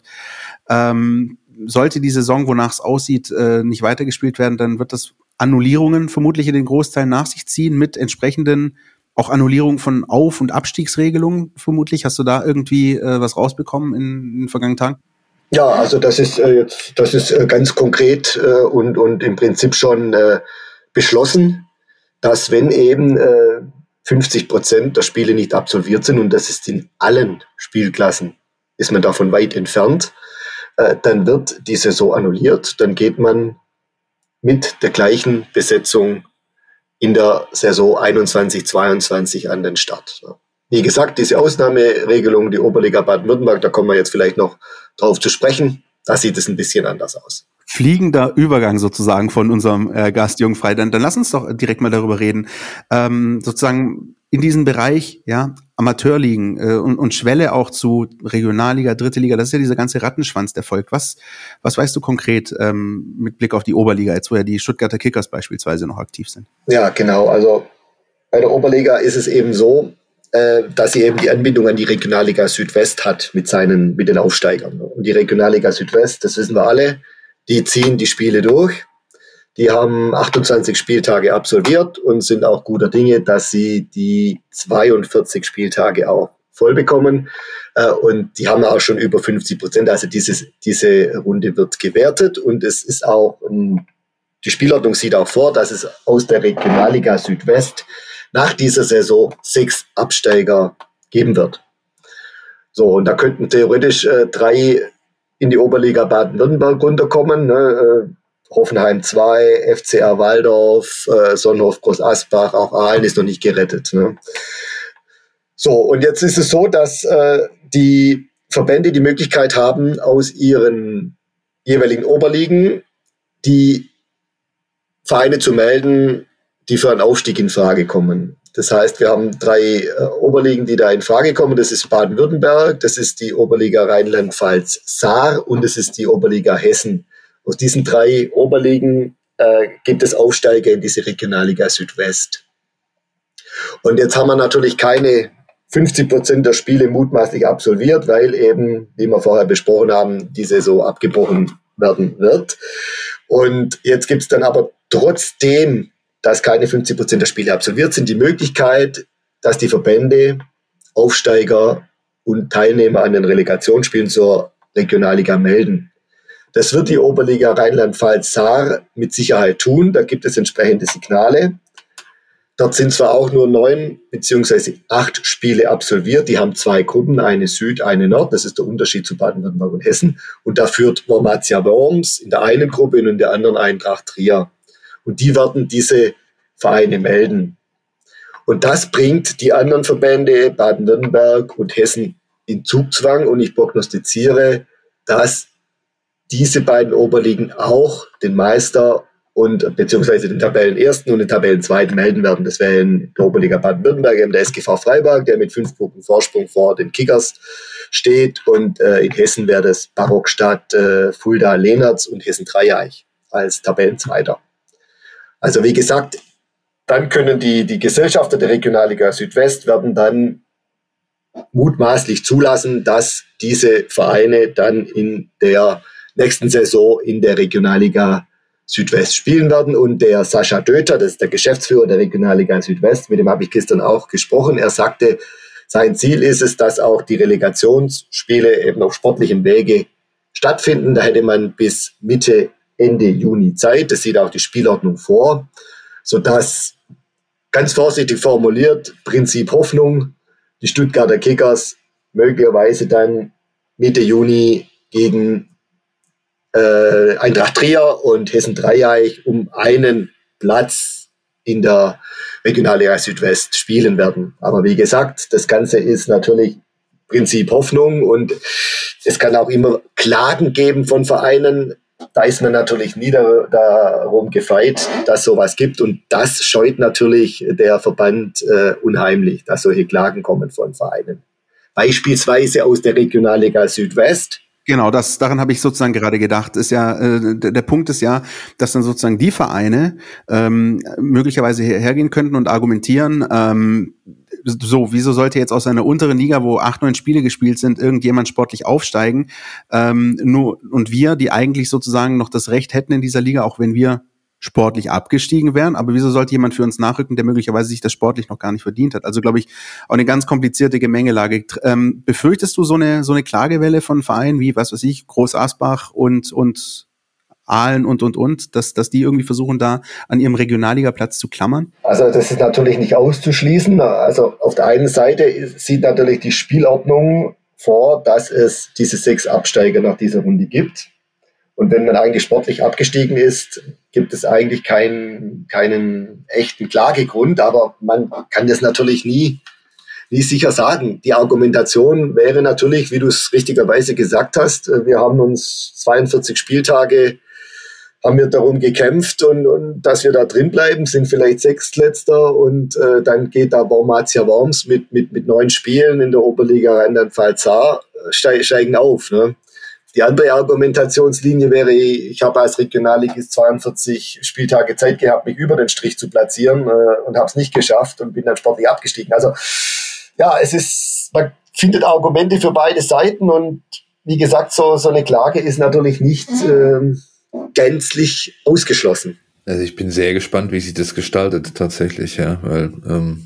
Ähm, sollte die Saison, wonach es aussieht, äh, nicht weitergespielt werden, dann wird das Annullierungen vermutlich in den Großteil nach sich ziehen mit entsprechenden auch Annullierungen von Auf- und Abstiegsregelungen vermutlich. Hast du da irgendwie äh, was rausbekommen in, in den vergangenen Tagen? Ja, also das ist äh, jetzt, das ist äh, ganz konkret äh, und und im Prinzip schon äh, beschlossen, dass wenn eben äh, fünfzig Prozent der Spiele nicht absolviert sind und das ist in allen Spielklassen, ist man davon weit entfernt. Dann wird die Saison annulliert, dann geht man mit der gleichen Besetzung in der Saison einundzwanzig zweiundzwanzig an den Start. Wie gesagt, diese Ausnahmeregelung, die Oberliga Baden-Württemberg, da kommen wir jetzt vielleicht noch drauf zu sprechen, da sieht es ein bisschen anders aus. Fliegender Übergang sozusagen von unserem äh, Gast Jürgen Frey. Dann, dann lass uns doch direkt mal darüber reden. Ähm, sozusagen in diesem Bereich, ja, Amateurligen äh, und, und Schwelle auch zu Regionalliga, Dritte Liga, das ist ja dieser ganze Rattenschwanz, der folgt. Was, was weißt du konkret ähm, mit Blick auf die Oberliga, jetzt wo ja die Stuttgarter Kickers beispielsweise noch aktiv sind? Ja, genau. Also bei der Oberliga ist es eben so, äh, dass sie eben die Anbindung an die Regionalliga Südwest hat mit seinen, mit den Aufsteigern. Und die Regionalliga Südwest, das wissen wir alle, die ziehen die Spiele durch. Die haben achtundzwanzig Spieltage absolviert und sind auch guter Dinge, dass sie die zweiundvierzig Spieltage auch voll bekommen. Und die haben auch schon über fünfzig Prozent. Also dieses, diese Runde wird gewertet und es ist auch, die Spielordnung sieht auch vor, dass es aus der Regionalliga Südwest nach dieser Saison sechs Absteiger geben wird. So, und da könnten theoretisch äh, drei in die Oberliga Baden-Württemberg runterkommen, ne? Hoffenheim zwei, F C R Waldorf, äh, Sonnenhof Groß Asbach, auch Aalen ist noch nicht gerettet. Ne? So, und jetzt ist es so, dass äh, die Verbände die Möglichkeit haben, aus ihren jeweiligen Oberligen die Vereine zu melden, die für einen Aufstieg in Frage kommen. Das heißt, wir haben drei äh, Oberligen, die da in Frage kommen. Das ist Baden-Württemberg, das ist die Oberliga Rheinland-Pfalz-Saar und das ist die Oberliga Hessen. Aus diesen drei Oberligen äh, gibt es Aufsteiger in diese Regionalliga Südwest. Und jetzt haben wir natürlich keine fünfzig Prozent der Spiele mutmaßlich absolviert, weil eben, wie wir vorher besprochen haben, die Saison abgebrochen werden wird. Und jetzt gibt es dann aber trotzdem, dass keine fünfzig Prozent der Spiele absolviert sind, die Möglichkeit, dass die Verbände, Aufsteiger und Teilnehmer an den Relegationsspielen zur Regionalliga melden. Das wird die Oberliga Rheinland-Pfalz-Saar mit Sicherheit tun. Da gibt es entsprechende Signale. Dort sind zwar auch nur neun beziehungsweise acht Spiele absolviert. Die haben zwei Gruppen, eine Süd, eine Nord. Das ist der Unterschied zu Baden-Württemberg und Hessen. Und da führt Wormatia Worms in der einen Gruppe und in der anderen Eintracht Trier. Und die werden diese Vereine melden. Und das bringt die anderen Verbände, Baden-Württemberg und Hessen, in Zugzwang. Und ich prognostiziere, dass diese beiden Oberligen auch den Meister und beziehungsweise den Tabellenersten und den Tabellenzweiten melden werden. Das wäre in der Oberliga Baden-Württemberg eben der S G V Freiberg, der mit fünf Punkten Vorsprung vor den Kickers steht. Und äh, in Hessen wäre das Barockstadt, äh, Fulda, Lehnertz und Hessen Dreieich als Tabellenzweiter. Also wie gesagt, dann können die, die Gesellschafter der Regionalliga Südwest werden dann mutmaßlich zulassen, dass diese Vereine dann in der nächsten Saison in der Regionalliga Südwest spielen werden. Und der Sascha Döter, das ist der Geschäftsführer der Regionalliga Südwest, mit dem habe ich gestern auch gesprochen. Er sagte, sein Ziel ist es, dass auch die Relegationsspiele eben auf sportlichem Wege stattfinden. Da hätte man bis Mitte, Ende Juni Zeit. Das sieht auch die Spielordnung vor, sodass, ganz vorsichtig formuliert, Prinzip Hoffnung, die Stuttgarter Kickers möglicherweise dann Mitte Juni gegen Äh, Eintracht Trier und Hessen Dreieich um einen Platz in der Regionalliga Südwest spielen werden. Aber wie gesagt, das Ganze ist natürlich Prinzip Hoffnung und es kann auch immer Klagen geben von Vereinen. Da ist man natürlich nie da, darum gefeit, dass sowas gibt und das scheut natürlich der Verband äh, unheimlich, dass solche Klagen kommen von Vereinen. Beispielsweise aus der Regionalliga Südwest. Genau, das daran habe ich sozusagen gerade gedacht. Ist ja äh, der, der Punkt ist ja, dass dann sozusagen die Vereine ähm, möglicherweise hergehen könnten und argumentieren. Ähm, so, wieso sollte jetzt aus einer unteren Liga, wo acht, neun Spiele gespielt sind, irgendjemand sportlich aufsteigen? Ähm, nur und wir, die eigentlich sozusagen noch das Recht hätten in dieser Liga, auch wenn wir sportlich abgestiegen wären, aber wieso sollte jemand für uns nachrücken, der möglicherweise sich das sportlich noch gar nicht verdient hat? Also glaube ich, auch eine ganz komplizierte Gemengelage. Ähm, befürchtest du so eine so eine Klagewelle von Vereinen wie, was weiß ich, Groß Asbach und und Aalen und und und, dass dass die irgendwie versuchen, da an ihrem Regionalligaplatz zu klammern? Also das ist natürlich nicht auszuschließen. Also auf der einen Seite sieht natürlich die Spielordnung vor, dass es diese sechs Absteiger nach dieser Runde gibt. Und wenn man eigentlich sportlich abgestiegen ist, gibt es eigentlich keinen, keinen echten Klagegrund. Aber man kann das natürlich nie, nie sicher sagen. Die Argumentation wäre natürlich, wie du es richtigerweise gesagt hast, wir haben uns zweiundvierzig Spieltage, haben wir darum gekämpft und, und dass wir da drin bleiben, sind vielleicht Sechstletzter und äh, dann geht da Wormatia Worms mit, mit, mit neun Spielen in der Oberliga Rheinland-Pfalz-Saar steigen auf, ne? Die andere Argumentationslinie wäre, ich habe als Regionalligist zweiundvierzig Spieltage Zeit gehabt, mich über den Strich zu platzieren äh, und habe es nicht geschafft und bin dann sportlich abgestiegen. Also ja, es ist, man findet Argumente für beide Seiten und wie gesagt, so, so eine Klage ist natürlich nicht ähm, gänzlich ausgeschlossen. Also ich bin sehr gespannt, wie sich das gestaltet tatsächlich, ja, weil ähm,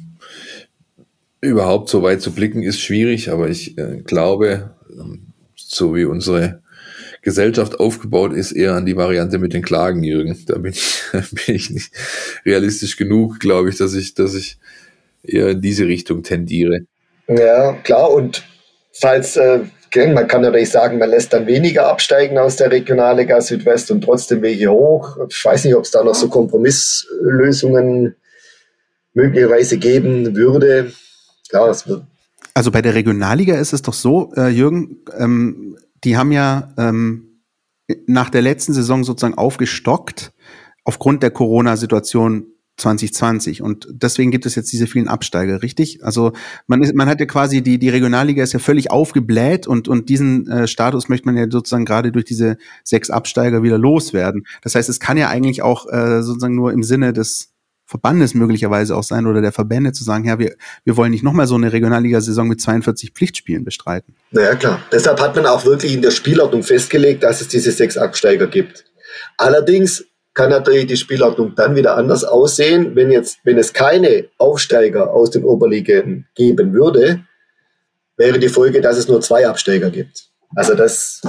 überhaupt so weit zu blicken ist schwierig, aber ich äh, glaube, ähm, so wie unsere Gesellschaft aufgebaut ist, eher an die Variante mit den Klagen, Jürgen. Da bin ich, bin ich nicht realistisch genug, glaube ich, dass ich, dass ich eher in diese Richtung tendiere. Ja, klar. Und falls, äh, man kann natürlich sagen, man lässt dann weniger absteigen aus der Regionalliga Südwest und trotzdem Wege hoch. Ich weiß nicht, ob es da noch so Kompromisslösungen möglicherweise geben würde. Klar, es wird. Also bei der Regionalliga ist es doch so, äh, Jürgen, ähm, die haben ja ähm, nach der letzten Saison sozusagen aufgestockt, aufgrund der Corona-Situation zwanzig zwanzig. Und deswegen gibt es jetzt diese vielen Absteiger, richtig? Also man ist, man hat ja quasi, die, die Regionalliga ist ja völlig aufgebläht und, und diesen äh, Status möchte man ja sozusagen gerade durch diese sechs Absteiger wieder loswerden. Das heißt, es kann ja eigentlich auch äh, sozusagen nur im Sinne des Verbandes möglicherweise auch sein oder der Verbände zu sagen, ja, wir, wir wollen nicht nochmal so eine Regionalliga-Saison mit zweiundvierzig Pflichtspielen bestreiten. Naja, klar. Deshalb hat man auch wirklich in der Spielordnung festgelegt, dass es diese sechs Absteiger gibt. Allerdings kann natürlich die Spielordnung dann wieder anders aussehen, wenn jetzt, wenn es keine Aufsteiger aus den Oberligen geben würde, wäre die Folge, dass es nur zwei Absteiger gibt. Also das.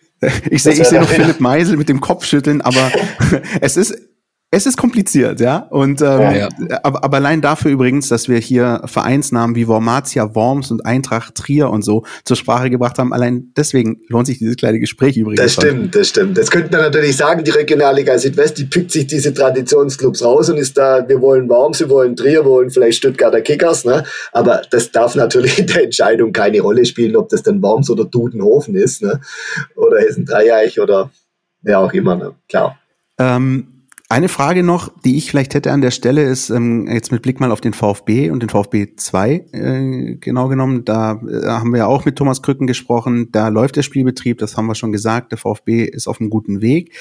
Ich sehe, ich sehe noch Philipp Meisel mit dem Kopf schütteln, aber es ist, Es ist kompliziert, ja. Und ähm, ja, ja. Aber, aber allein dafür übrigens, dass wir hier Vereinsnamen wie Wormatia Worms und Eintracht Trier und so zur Sprache gebracht haben, allein deswegen lohnt sich dieses kleine Gespräch übrigens. Das stimmt, das stimmt. Das könnte man natürlich sagen, die Regionalliga Südwest, die pickt sich diese Traditionsclubs raus und ist da, wir wollen Worms, wir wollen Trier, wir wollen vielleicht Stuttgarter Kickers, ne? Aber das darf natürlich in der Entscheidung keine Rolle spielen, ob das dann Worms oder Dudenhofen ist, ne? Oder Hessen Dreieich oder wer auch immer, ne? Klar. Ähm, Eine Frage noch, die ich vielleicht hätte an der Stelle, ist ähm, jetzt mit Blick mal auf den VfB und den VfB zwei äh, genau genommen. Da äh, haben wir ja auch mit Thomas Krücken gesprochen. Da läuft der Spielbetrieb, das haben wir schon gesagt. Der VfB ist auf einem guten Weg.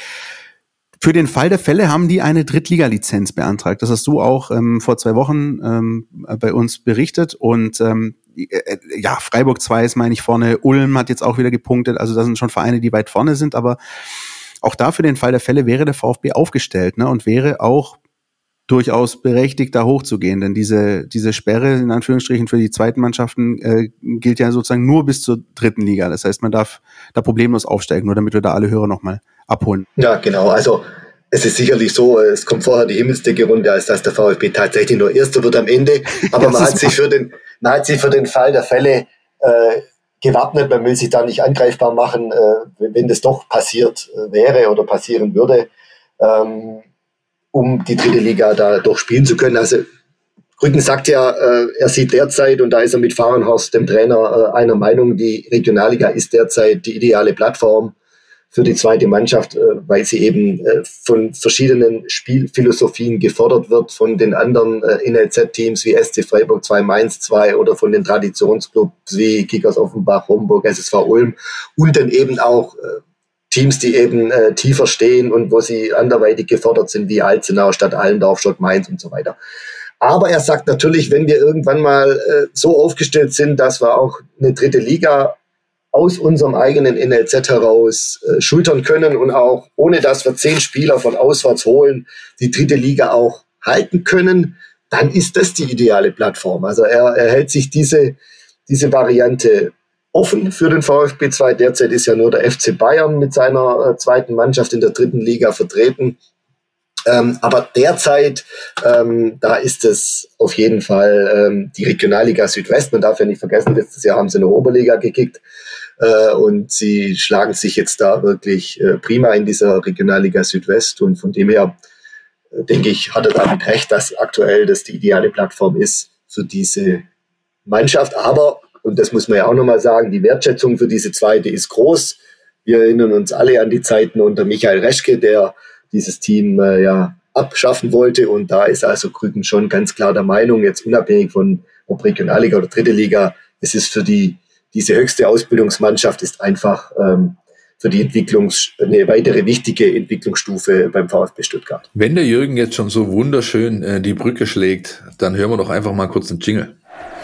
Für den Fall der Fälle haben die eine Drittliga-Lizenz beantragt. Das hast du auch ähm, vor zwei Wochen ähm, bei uns berichtet. Und ähm, äh, ja, Freiburg zwei ist, meine ich, vorne. Ulm hat jetzt auch wieder gepunktet. Also das sind schon Vereine, die weit vorne sind, aber auch da für den Fall der Fälle wäre der VfB aufgestellt, ne, und wäre auch durchaus berechtigt, da hochzugehen. Denn diese diese Sperre, in Anführungsstrichen, für die zweiten Mannschaften äh, gilt ja sozusagen nur bis zur dritten Liga. Das heißt, man darf da problemlos aufsteigen, nur damit wir da alle Hörer nochmal abholen. Ja, genau. Also es ist sicherlich so, es kommt vorher die Himmelsdicke runter, als dass der VfB tatsächlich nur Erster wird am Ende. Aber man hat sich für den, man hat sich für den Fall der Fälle äh, gewappnet, man will sich da nicht angreifbar machen, äh, wenn das doch passiert äh, wäre oder passieren würde, ähm, um die dritte Liga da doch spielen zu können. Also Krücken sagt ja, äh, er sieht derzeit, und da ist er mit Fahrenhorst, dem Trainer, äh, einer Meinung, die Regionalliga ist derzeit die ideale Plattform für die zweite Mannschaft, äh, weil sie eben äh, von verschiedenen Spielphilosophien gefordert wird, von den anderen äh, N L Z-Teams wie S C Freiburg zwei, Mainz zwei oder von den Traditionsclubs wie Kickers Offenbach, Homburg, S S V Ulm und dann eben auch äh, Teams, die eben äh, tiefer stehen und wo sie anderweitig gefordert sind, wie Alzenau, Stadt Allendorf, Schott Mainz und so weiter. Aber er sagt natürlich, wenn wir irgendwann mal äh, so aufgestellt sind, dass wir auch eine dritte Liga aus unserem eigenen N L Z heraus äh, schultern können und auch, ohne dass wir zehn Spieler von auswärts holen, die dritte Liga auch halten können, dann ist das die ideale Plattform. Also er, er hält sich diese, diese Variante offen für den VfB zwei. Derzeit ist ja nur der F C Bayern mit seiner äh, zweiten Mannschaft in der dritten Liga vertreten. Ähm, aber derzeit, ähm, da ist es auf jeden Fall ähm, die Regionalliga Südwest. Man darf ja nicht vergessen, letztes Jahr haben sie eine Oberliga gekickt äh, und sie schlagen sich jetzt da wirklich äh, prima in dieser Regionalliga Südwest. Und von dem her, äh, denke ich, hat er damit recht, dass aktuell das die ideale Plattform ist für diese Mannschaft. Aber, und das muss man ja auch nochmal sagen, die Wertschätzung für diese zweite ist groß. Wir erinnern uns alle an die Zeiten unter Michael Reschke, der dieses Team äh, ja abschaffen wollte, und da ist also Krücken schon ganz klar der Meinung, jetzt unabhängig von ob Regionalliga oder dritte Liga, es ist für die diese höchste Ausbildungsmannschaft ist einfach ähm, für die Entwicklungs eine weitere wichtige Entwicklungsstufe beim VfB Stuttgart. Wenn der Jürgen jetzt schon so wunderschön äh, die Brücke schlägt, dann hören wir doch einfach mal kurz einen Jingle.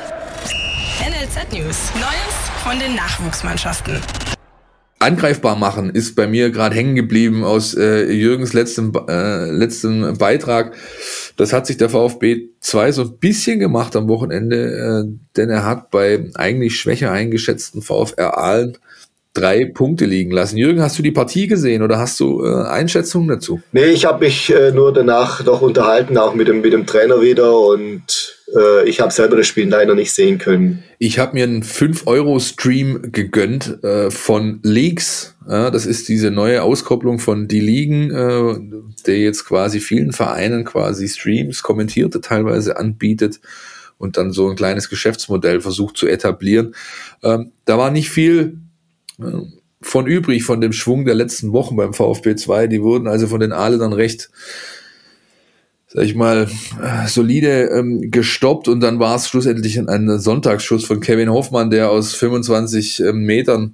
N L Z News, Neues von den Nachwuchsmannschaften. Angreifbar machen ist bei mir gerade hängen geblieben aus äh, Jürgens letztem äh, letzten Beitrag. Das hat sich der VfB zwei so ein bisschen gemacht am Wochenende, äh, denn er hat bei eigentlich schwächer eingeschätzten VfR Aalen drei Punkte liegen lassen. Jürgen, hast du die Partie gesehen oder hast du äh, Einschätzungen dazu? Nee, ich habe mich äh, nur danach noch unterhalten, auch mit dem, mit dem Trainer wieder, und äh, ich habe selber das Spiel leider nicht sehen können. Ich habe mir einen fünf Euro Stream gegönnt äh, von Leaks. Ja, das ist diese neue Auskopplung von Die Ligen, äh, der jetzt quasi vielen Vereinen quasi Streams, kommentierte teilweise anbietet und dann so ein kleines Geschäftsmodell versucht zu etablieren. Ähm, da war nicht viel von übrig, von dem Schwung der letzten Wochen beim VfB zwei. Die wurden also von den Ahlenern recht sag ich mal, solide ähm, gestoppt und dann war es schlussendlich ein, ein Sonntagsschuss von Kevin Hoffmann, der aus fünfundzwanzig ähm, Metern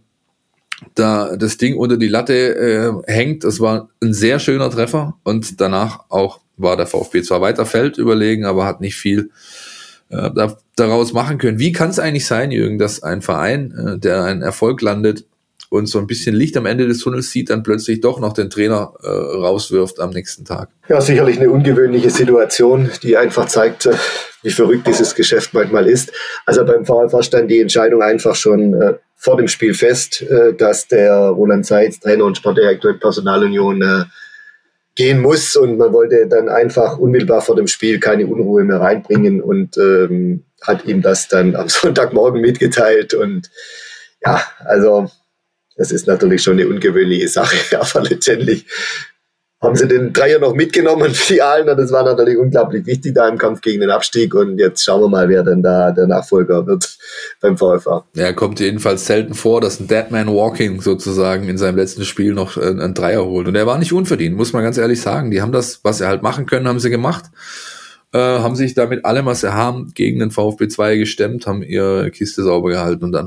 da das Ding unter die Latte äh, hängt. Das war ein sehr schöner Treffer und danach auch war der VfB zwar weiter Feld überlegen, aber hat nicht viel äh, da, daraus machen können. Wie kann es eigentlich sein, Jürgen, dass ein Verein, äh, der einen Erfolg landet und so ein bisschen Licht am Ende des Tunnels sieht, dann plötzlich doch noch den Trainer äh, rauswirft am nächsten Tag? Ja, sicherlich eine ungewöhnliche Situation, die einfach zeigt, äh, wie verrückt dieses Geschäft manchmal ist. Also beim VfR stand die Entscheidung einfach schon äh, vor dem Spiel fest, äh, dass der Roland Seitz, Trainer und Sportdirektor in Personalunion, äh, gehen muss und man wollte dann einfach unmittelbar vor dem Spiel keine Unruhe mehr reinbringen und ähm, hat ihm das dann am Sonntagmorgen mitgeteilt und ja, also das ist natürlich schon eine ungewöhnliche Sache, aber letztendlich haben sie den Dreier noch mitgenommen für die Aalen und das war natürlich unglaublich wichtig da im Kampf gegen den Abstieg und jetzt schauen wir mal, wer denn da der Nachfolger wird beim VfA. Ja, kommt jedenfalls selten vor, dass ein Deadman Walking sozusagen in seinem letzten Spiel noch einen Dreier holt und er war nicht unverdient, muss man ganz ehrlich sagen. Die haben das, was sie halt machen können, haben sie gemacht, äh, haben sich damit allem, was sie haben, gegen den VfB zwei gestemmt, haben ihre Kiste sauber gehalten und dann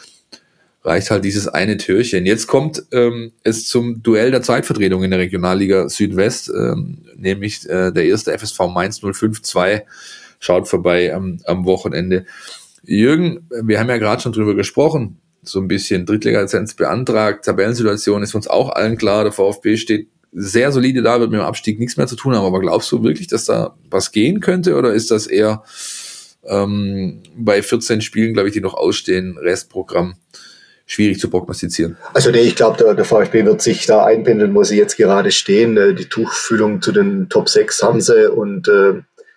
reicht halt dieses eine Türchen. Jetzt kommt ähm, es zum Duell der Zweitvertretung in der Regionalliga Südwest, ähm, nämlich äh, der erste F S V Mainz null fünf zwei schaut vorbei am, am Wochenende. Jürgen, wir haben ja gerade schon drüber gesprochen, so ein bisschen Drittliga-Lizenz beantragt, Tabellensituation ist uns auch allen klar, der VfB steht sehr solide da, wird mit dem Abstieg nichts mehr zu tun haben, aber glaubst du wirklich, dass da was gehen könnte oder ist das eher ähm, bei vierzehn Spielen, glaube ich, die noch ausstehen, Restprogramm schwierig zu prognostizieren? Also nee, ich glaube, der, der VfB wird sich da einpendeln, wo sie jetzt gerade stehen. Die Tuchfühlung zu den Top sechs haben sie und äh,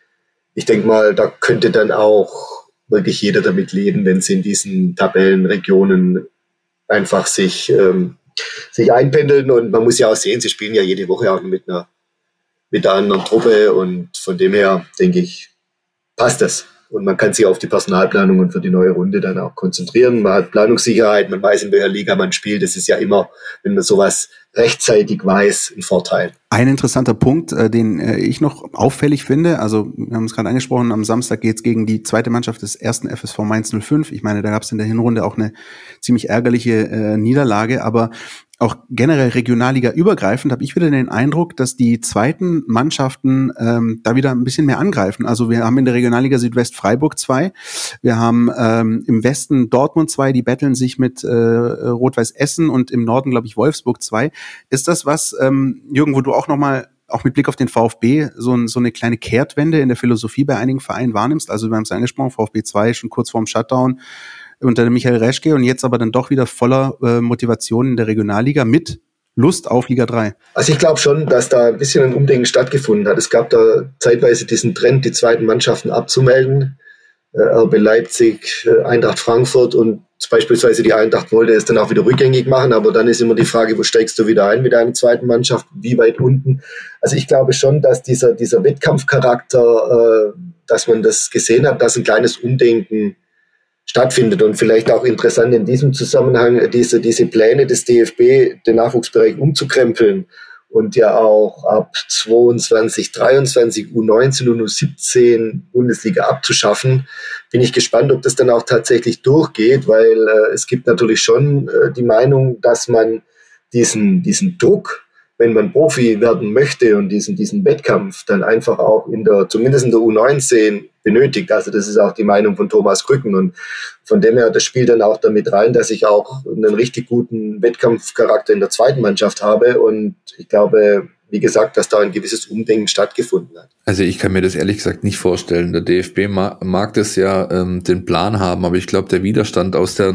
ich denke mal, da könnte dann auch wirklich jeder damit leben, wenn sie in diesen Tabellenregionen einfach sich, ähm, sich einpendeln und man muss ja auch sehen, sie spielen ja jede Woche auch mit einer, mit einer anderen Truppe und von dem her, denke ich, passt das. Und man kann sich auf die Personalplanung und für die neue Runde dann auch konzentrieren. Man hat Planungssicherheit, man weiß, in welcher Liga man spielt. Das ist ja immer, wenn man sowas rechtzeitig weiß, ein Vorteil. Ein interessanter Punkt, äh, den äh, ich noch auffällig finde, also wir haben es gerade angesprochen, am Samstag geht es gegen die zweite Mannschaft des ersten F S V Mainz null fünf. Ich meine, da gab es in der Hinrunde auch eine ziemlich ärgerliche äh, Niederlage, aber auch generell Regionalliga übergreifend habe ich wieder den Eindruck, dass die zweiten Mannschaften ähm, da wieder ein bisschen mehr angreifen. Also wir haben in der Regionalliga Südwest Freiburg zwei, wir haben ähm, im Westen Dortmund zwei, die betteln sich mit äh, Rot-Weiß Essen und im Norden, glaube ich, Wolfsburg zwei. Ist das was, ähm, Jürgen, wo du auch nochmal, auch mit Blick auf den VfB, so, ein, so eine kleine Kehrtwende in der Philosophie bei einigen Vereinen wahrnimmst? Also wir haben es angesprochen, VfB zwei schon kurz vorm Shutdown unter dem Michael Reschke und jetzt aber dann doch wieder voller äh, Motivation in der Regionalliga mit Lust auf Liga drei. Also ich glaube schon, dass da ein bisschen ein Umdenken stattgefunden hat. Es gab da zeitweise diesen Trend, die zweiten Mannschaften abzumelden. Äh, R B Leipzig, äh, Eintracht Frankfurt und beispielsweise die Eintracht wollte es dann auch wieder rückgängig machen, aber dann ist immer die Frage, wo steigst du wieder ein mit einer zweiten Mannschaft, wie weit unten? Also ich glaube schon, dass dieser, dieser Wettkampfcharakter, äh, dass man das gesehen hat, dass ein kleines Umdenken stattfindet und vielleicht auch interessant in diesem Zusammenhang diese, diese Pläne des D F B, den Nachwuchsbereich umzukrempeln und ja auch ab zweiundzwanzig, dreiundzwanzig, U neunzehn und U siebzehn Bundesliga abzuschaffen. Bin ich gespannt, ob das dann auch tatsächlich durchgeht, weil äh, es gibt natürlich schon äh, die Meinung, dass man diesen, diesen Druck, wenn man Profi werden möchte und diesen, diesen Wettkampf dann einfach auch in der, zumindest in der U neunzehn benötigt. Also das ist auch die Meinung von Thomas Krücken und von dem her, das spielt dann auch damit rein, dass ich auch einen richtig guten Wettkampfcharakter in der zweiten Mannschaft habe und ich glaube, wie gesagt, dass da ein gewisses Umdenken stattgefunden hat. Also ich kann mir das ehrlich gesagt nicht vorstellen. Der D F B mag, mag das ja ähm, den Plan haben, aber ich glaube, der Widerstand aus der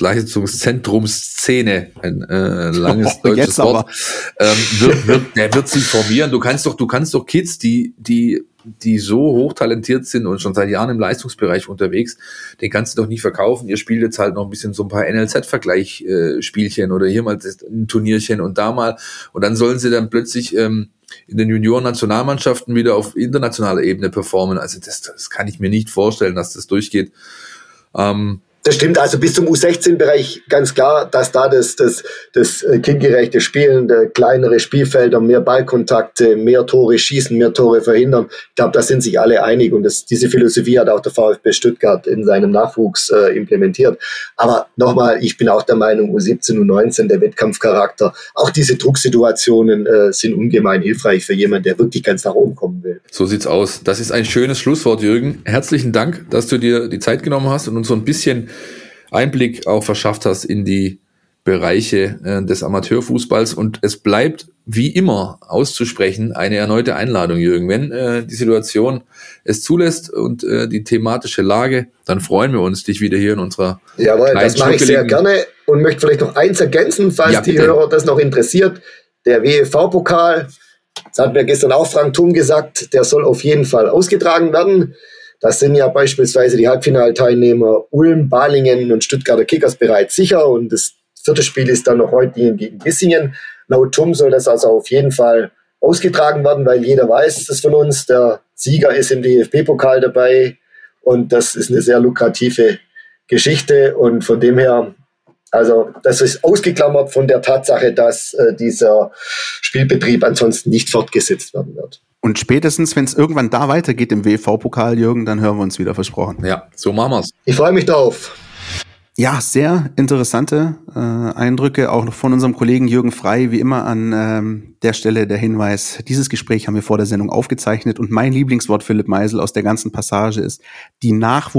Nachwuchsleistungszentrumsszene, ein äh, langes oh, deutsches Wort, ähm, wird, wird, der wird sich formieren. Du kannst doch, du kannst doch Kids, die, die, die so hochtalentiert sind und schon seit Jahren im Leistungsbereich unterwegs, den kannst du doch nicht verkaufen. Ihr spielt jetzt halt noch ein bisschen so ein paar N L Z-Vergleich-Spielchen oder hier mal ein Turnierchen und da mal und dann sollen sie dann plötzlich ähm, in den Junioren-Nationalmannschaften wieder auf internationaler Ebene performen. Also das, das kann ich mir nicht vorstellen, dass das durchgeht. Ähm, Das stimmt, also bis zum U sechzehn-Bereich ganz klar, dass da das, das, das kindgerechte Spielen, kleinere Spielfelder, mehr Ballkontakte, mehr Tore schießen, mehr Tore verhindern. Ich glaube, da sind sich alle einig und das, diese Philosophie hat auch der VfB Stuttgart in seinem Nachwuchs äh, implementiert. Aber nochmal, ich bin auch der Meinung, U siebzehn, U neunzehn, der Wettkampfcharakter, auch diese Drucksituationen äh, sind ungemein hilfreich für jemanden, der wirklich ganz nach oben kommen will. So sieht's aus. Das ist ein schönes Schlusswort, Jürgen. Herzlichen Dank, dass du dir die Zeit genommen hast und uns so ein bisschen Einblick auch verschafft hast in die Bereiche äh, des Amateurfußballs. Und es bleibt wie immer auszusprechen eine erneute Einladung, Jürgen. Wenn äh, die Situation es zulässt und äh, die thematische Lage, dann freuen wir uns, dich wieder hier in unserer Jawohl, das mache ich sehr gerne und möchte vielleicht noch eins ergänzen, falls ja, die Hörer das noch interessiert. Der W E V-Pokal, das hat mir gestern auch Frank Thum gesagt, der soll auf jeden Fall ausgetragen werden. Das sind ja beispielsweise die Halbfinalteilnehmer Ulm, Balingen und Stuttgarter Kickers bereits sicher. Und das vierte Spiel ist dann noch heute gegen Bissingen. Laut Thum soll das also auf jeden Fall ausgetragen werden, weil jeder weiß das von uns. Der Sieger ist im D F B-Pokal dabei. Und das ist eine sehr lukrative Geschichte. Und von dem her, also das ist ausgeklammert von der Tatsache, dass äh, dieser Spielbetrieb ansonsten nicht fortgesetzt werden wird. Und spätestens, wenn es irgendwann da weitergeht im W E V-Pokal, Jürgen, dann hören wir uns wieder, versprochen. Ja, so machen wir's. Ich freue mich drauf. Ja, sehr interessante äh, Eindrücke, auch noch von unserem Kollegen Jürgen Frey. Wie immer an ähm, der Stelle der Hinweis, dieses Gespräch haben wir vor der Sendung aufgezeichnet und mein Lieblingswort, Philipp Meisel, aus der ganzen Passage ist die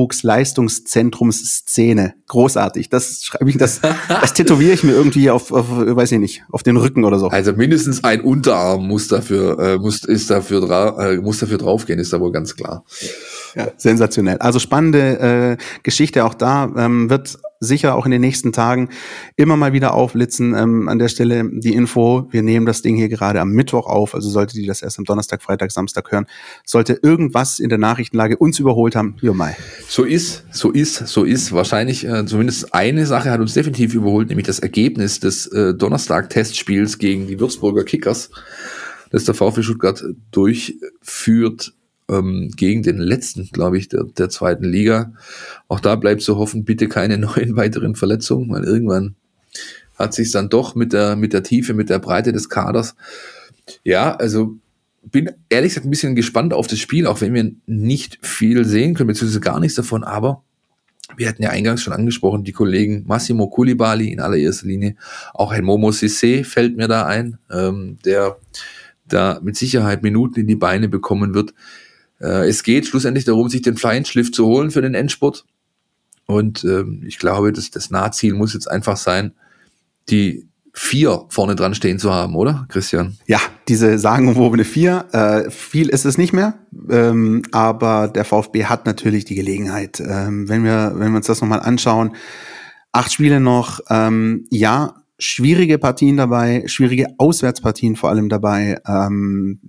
Nachwuchsleistungszentrumsszene. Großartig. Das schreibe ich, das, das tätowiere ich mir irgendwie auf, auf, weiß ich nicht, auf den Rücken oder so. Also mindestens ein Unterarm muss dafür, äh, muss, ist dafür, dra- äh, muss dafür draufgehen, ist da wohl ganz klar. Ja, sensationell. Also spannende äh, Geschichte auch da, ähm, wird sicher auch in den nächsten Tagen immer mal wieder aufblitzen. Ähm, an der Stelle die Info, wir nehmen das Ding hier gerade am Mittwoch auf, also solltet ihr das erst am Donnerstag, Freitag, Samstag hören, sollte irgendwas in der Nachrichtenlage uns überholt haben, jo mai. So ist, so ist, so ist. Wahrscheinlich äh, zumindest eine Sache hat uns definitiv überholt, nämlich das Ergebnis des äh, Donnerstag-Testspiels gegen die Würzburger Kickers, das der VfB Stuttgart durchführt ähm, gegen den letzten, glaube ich, der, der zweiten Liga. Auch da bleibt zu hoffen, bitte keine neuen weiteren Verletzungen, weil irgendwann hat sich dann doch mit der mit der Tiefe, mit der Breite des Kaders. Ja, also bin ehrlich gesagt ein bisschen gespannt auf das Spiel, auch wenn wir nicht viel sehen können, beziehungsweise gar nichts davon, aber wir hatten ja eingangs schon angesprochen, die Kollegen Massimo Coulibaly in allererster Linie, auch ein Momo Sissé fällt mir da ein, ähm, der da mit Sicherheit Minuten in die Beine bekommen wird. Äh, es geht schlussendlich darum, sich den Feinschliff zu holen für den Endspurt. Und ähm, ich glaube, dass das Nahziel muss jetzt einfach sein, die vier vorne dran stehen zu haben, oder, Christian? Ja, diese sagenumwobene vier. Äh, viel ist es nicht mehr, ähm, aber der VfB hat natürlich die Gelegenheit. Ähm, wenn wir, wenn wir uns das nochmal anschauen, acht Spiele noch, ähm, ja, schwierige Partien dabei, schwierige Auswärtspartien vor allem dabei. Ähm,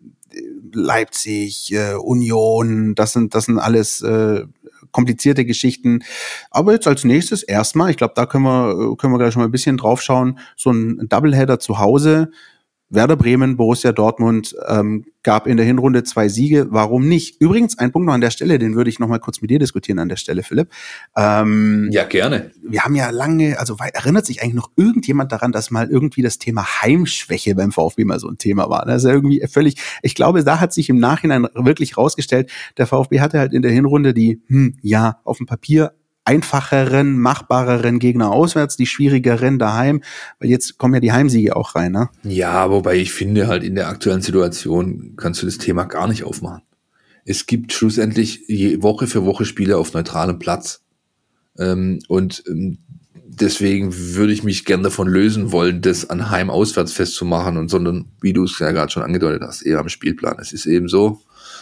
Leipzig, äh, Union, das sind, das sind alles äh, komplizierte Geschichten. Aber jetzt als nächstes erstmal, ich glaube, da können wir, können wir gleich schon mal ein bisschen drauf schauen, so ein Doubleheader zu Hause. Werder Bremen, Borussia Dortmund, ähm, gab in der Hinrunde zwei Siege. Warum nicht? Übrigens, ein Punkt noch an der Stelle, den würde ich noch mal kurz mit dir diskutieren an der Stelle, Philipp. Ähm, ja, gerne. Wir haben ja lange, also erinnert sich eigentlich noch irgendjemand daran, dass mal irgendwie das Thema Heimschwäche beim VfB mal so ein Thema war? Das ist ja irgendwie völlig, ich glaube, da hat sich im Nachhinein wirklich rausgestellt, der VfB hatte halt in der Hinrunde die, hm, ja, auf dem Papier einfacheren, machbareren Gegner auswärts, die schwierigeren daheim, weil jetzt kommen ja die Heimsiege auch rein, ne? Ja, wobei ich finde halt in der aktuellen Situation kannst du das Thema gar nicht aufmachen. Es gibt schlussendlich je Woche für Woche Spiele auf neutralem Platz. Ähm, und ähm, deswegen würde ich mich gern davon lösen wollen, das an Heim-Auswärts festzumachen und sondern, wie du es ja gerade schon angedeutet hast, eher am Spielplan. Es ist eben so.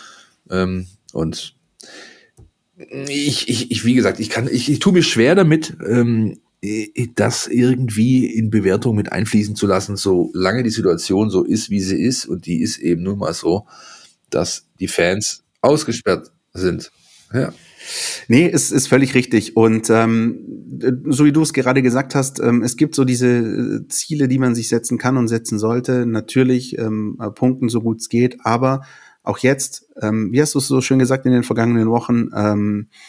Ähm, und Ich, ich, ich, wie gesagt, ich kann, ich, ich tue mir schwer damit, ähm, das irgendwie in Bewertung mit einfließen zu lassen, solange die Situation so ist, wie sie ist. Und die ist eben nun mal so, dass die Fans ausgesperrt sind. Ja. Nee, es ist völlig richtig. Und ähm, so wie du es gerade gesagt hast, ähm, es gibt so diese Ziele, die man sich setzen kann und setzen sollte. Natürlich ähm, punkten, so gut es geht, aber auch jetzt, ähm, wie hast du es so schön gesagt in den vergangenen Wochen, ähm,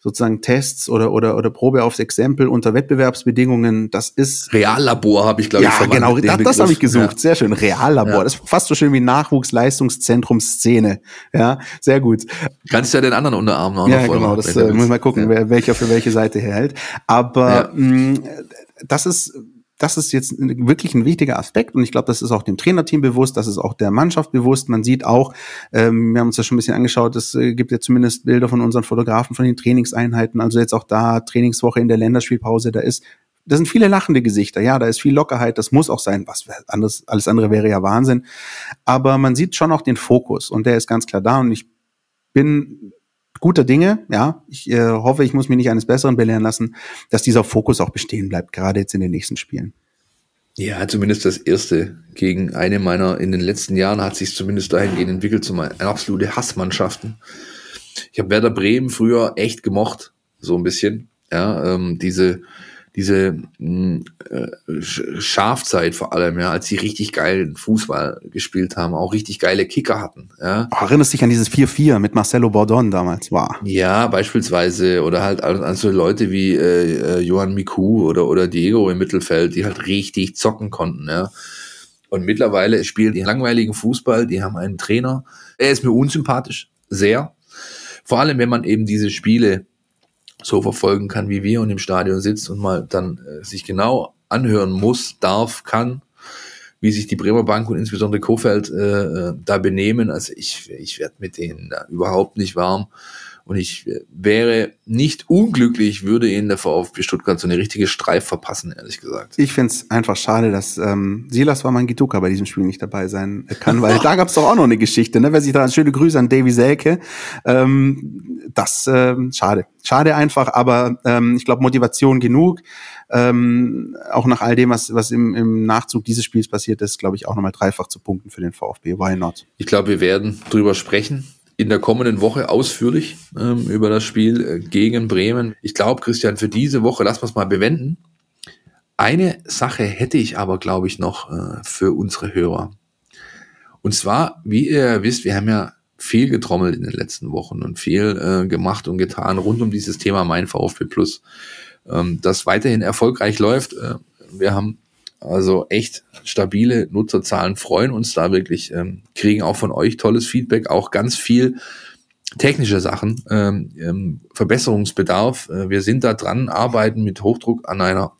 sozusagen Tests oder oder oder Probe aufs Exempel unter Wettbewerbsbedingungen, das ist Reallabor habe ich, glaube ja, ich, verwandt. genau, das, das habe ich gesucht. Ja. Sehr schön. Reallabor. Ja. Das ist fast so schön wie Nachwuchsleistungszentrum Szene. Ja, sehr gut. Kannst ja den anderen Unterarm noch Ja, voll genau. machen, Das wenn du äh, muss willst. mal gucken, Ja. wer, welcher für welche Seite herhält. Aber Ja. mh, das ist Das ist jetzt wirklich ein wichtiger Aspekt und ich glaube, das ist auch dem Trainerteam bewusst, das ist auch der Mannschaft bewusst. Man sieht auch, ähm, wir haben uns das schon ein bisschen angeschaut, es äh, gibt ja zumindest Bilder von unseren Fotografen von den Trainingseinheiten, also jetzt auch da Trainingswoche in der Länderspielpause, da ist, da sind viele lachende Gesichter, ja, da ist viel Lockerheit, das muss auch sein, was anderes, alles andere wäre ja Wahnsinn. Aber man sieht schon auch den Fokus und der ist ganz klar da und ich bin guter Dinge, ja. Ich äh, hoffe, ich muss mich nicht eines Besseren belehren lassen, dass dieser Fokus auch bestehen bleibt, gerade jetzt in den nächsten Spielen. Ja, zumindest das erste gegen eine meiner, in den letzten Jahren hat sich zumindest dahingehend entwickelt, zu eine absolute Hassmannschaften. Ich habe Werder Bremen früher echt gemocht, so ein bisschen, ja, ähm, diese, diese mh, äh, Schafzeit vor allem, ja, als sie richtig geilen Fußball gespielt haben, auch richtig geile Kicker hatten, ja. Oh, erinnerst dich an dieses vier vier mit Marcelo Bordon damals, wow. Ja, beispielsweise, oder halt an, an so Leute wie äh, Johan Miku oder, oder Diego im Mittelfeld, die halt richtig zocken konnten, ja. Und mittlerweile spielen die langweiligen Fußball, die haben einen Trainer, er ist mir unsympathisch, sehr. Vor allem, wenn man eben diese Spiele so verfolgen kann, wie wir und im Stadion sitzt und mal dann äh, sich genau anhören muss, darf, kann, wie sich die Bremer Bank und insbesondere Kofeld äh, da benehmen. Also ich, ich werde mit denen da überhaupt nicht warm und ich wäre nicht unglücklich, würde ihnen der VfB Stuttgart so eine richtige Streif verpassen, ehrlich gesagt. Ich finde es einfach schade, dass ähm, Silas Wamangituka bei diesem Spiel nicht dabei sein kann, weil da gab es doch auch noch eine Geschichte, ne? Wer sich da, schöne Grüße an Davy Selke. Ähm, das ähm, schade, schade einfach, aber ähm, ich glaube Motivation genug. Ähm, auch nach all dem, was was im, im Nachzug dieses Spiels passiert ist, glaube ich auch nochmal dreifach zu punkten für den VfB. Why not? Ich glaube, wir werden drüber sprechen in der kommenden Woche ausführlich ähm, über das Spiel äh, gegen Bremen. Ich glaube, Christian, für diese Woche lassen wir es mal bewenden. Eine Sache hätte ich aber, glaube ich, noch äh, für unsere Hörer. Und zwar, wie ihr wisst, wir haben ja viel getrommelt in den letzten Wochen und viel äh, gemacht und getan rund um dieses Thema Mein VfB Plus, ähm, das weiterhin erfolgreich läuft. Äh, wir haben also echt stabile Nutzerzahlen, freuen uns da wirklich, ähm, kriegen auch von euch tolles Feedback, auch ganz viel technische Sachen, ähm, ähm, Verbesserungsbedarf. Äh, wir sind da dran, arbeiten mit Hochdruck an einer,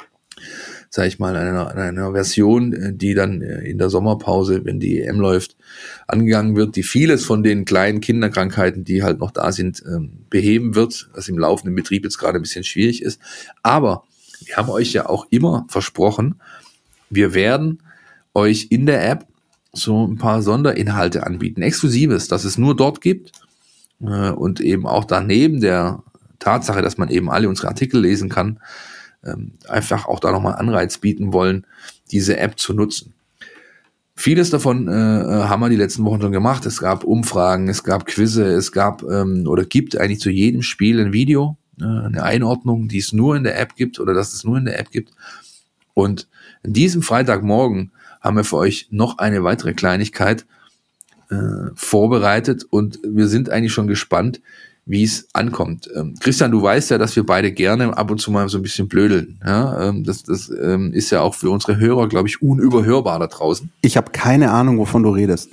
sag ich mal, einer, einer Version, die dann in der Sommerpause, wenn die E M läuft, angegangen wird, die vieles von den kleinen Kinderkrankheiten, die halt noch da sind, ähm, beheben wird, was im laufenden Betrieb jetzt gerade ein bisschen schwierig ist. Aber wir haben euch ja auch immer versprochen, wir werden euch in der App so ein paar Sonderinhalte anbieten, Exklusives, dass es nur dort gibt äh, und eben auch daneben der Tatsache, dass man eben alle unsere Artikel lesen kann, ähm, einfach auch da nochmal Anreiz bieten wollen, diese App zu nutzen. Vieles davon äh, haben wir die letzten Wochen schon gemacht. Es gab Umfragen, es gab Quizze, es gab ähm, oder gibt eigentlich zu jedem Spiel ein Video, eine Einordnung, die es nur in der App gibt oder dass es nur in der App gibt. Und an diesem Freitagmorgen haben wir für euch noch eine weitere Kleinigkeit äh, vorbereitet und wir sind eigentlich schon gespannt, wie es ankommt. Ähm, Christian, du weißt ja, dass wir beide gerne ab und zu mal so ein bisschen blödeln. Ja? Ähm, das das ähm, ist ja auch für unsere Hörer, glaube ich, unüberhörbar da draußen. Ich habe keine Ahnung, wovon du redest.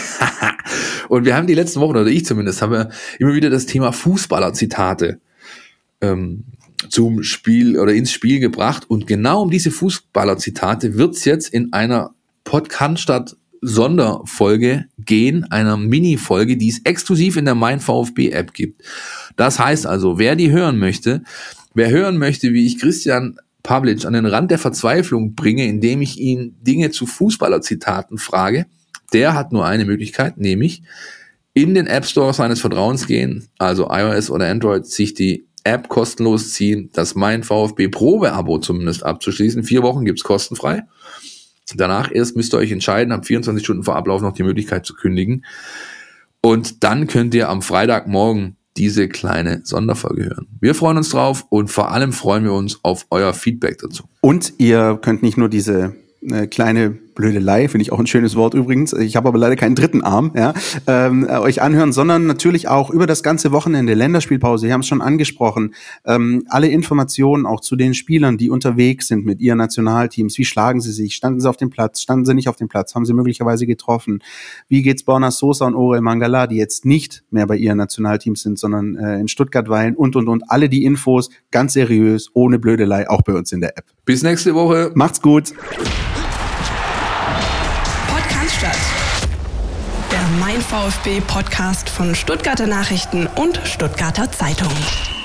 Und wir haben die letzten Wochen, oder ich zumindest, haben wir immer wieder das Thema Fußballer-Zitate ähm, zum Spiel oder ins Spiel gebracht. Und genau um diese Fußballer-Zitate wird es jetzt in einer Podcast-Sonderfolge gehen, einer Mini-Folge, die es exklusiv in der Mein VfB-App gibt. Das heißt also, wer die hören möchte, wer hören möchte, wie ich Christian Pavlic an den Rand der Verzweiflung bringe, indem ich ihn Dinge zu Fußballer-Zitaten frage, der hat nur eine Möglichkeit, nämlich in den App Store seines Vertrauens gehen, also iOS oder Android, sich die App kostenlos ziehen, das Mein VfB Probe-Abo zumindest abzuschließen. Vier Wochen gibt's kostenfrei. Danach erst müsst ihr euch entscheiden, habt vierundzwanzig Stunden vor Ablauf noch die Möglichkeit zu kündigen. Und dann könnt ihr am Freitagmorgen diese kleine Sonderfolge hören. Wir freuen uns drauf und vor allem freuen wir uns auf euer Feedback dazu. Und ihr könnt nicht nur diese äh, kleine Blödelei, finde ich auch ein schönes Wort übrigens, ich habe aber leider keinen dritten Arm, ja, ähm, euch anhören, sondern natürlich auch über das ganze Wochenende, Länderspielpause, wir haben es schon angesprochen, ähm, alle Informationen auch zu den Spielern, die unterwegs sind mit ihren Nationalteams, wie schlagen sie sich, standen sie auf dem Platz, standen sie nicht auf dem Platz, haben sie möglicherweise getroffen, wie geht's Borna Sosa und Orel Mangala, die jetzt nicht mehr bei ihren Nationalteams sind, sondern äh, in Stuttgart weilen und, und, und, alle die Infos, ganz seriös, ohne Blödelei, auch bei uns in der App. Bis nächste Woche. Macht's gut. Podcast, der Mein VfB Podcast von Stuttgarter Nachrichten und Stuttgarter Zeitung.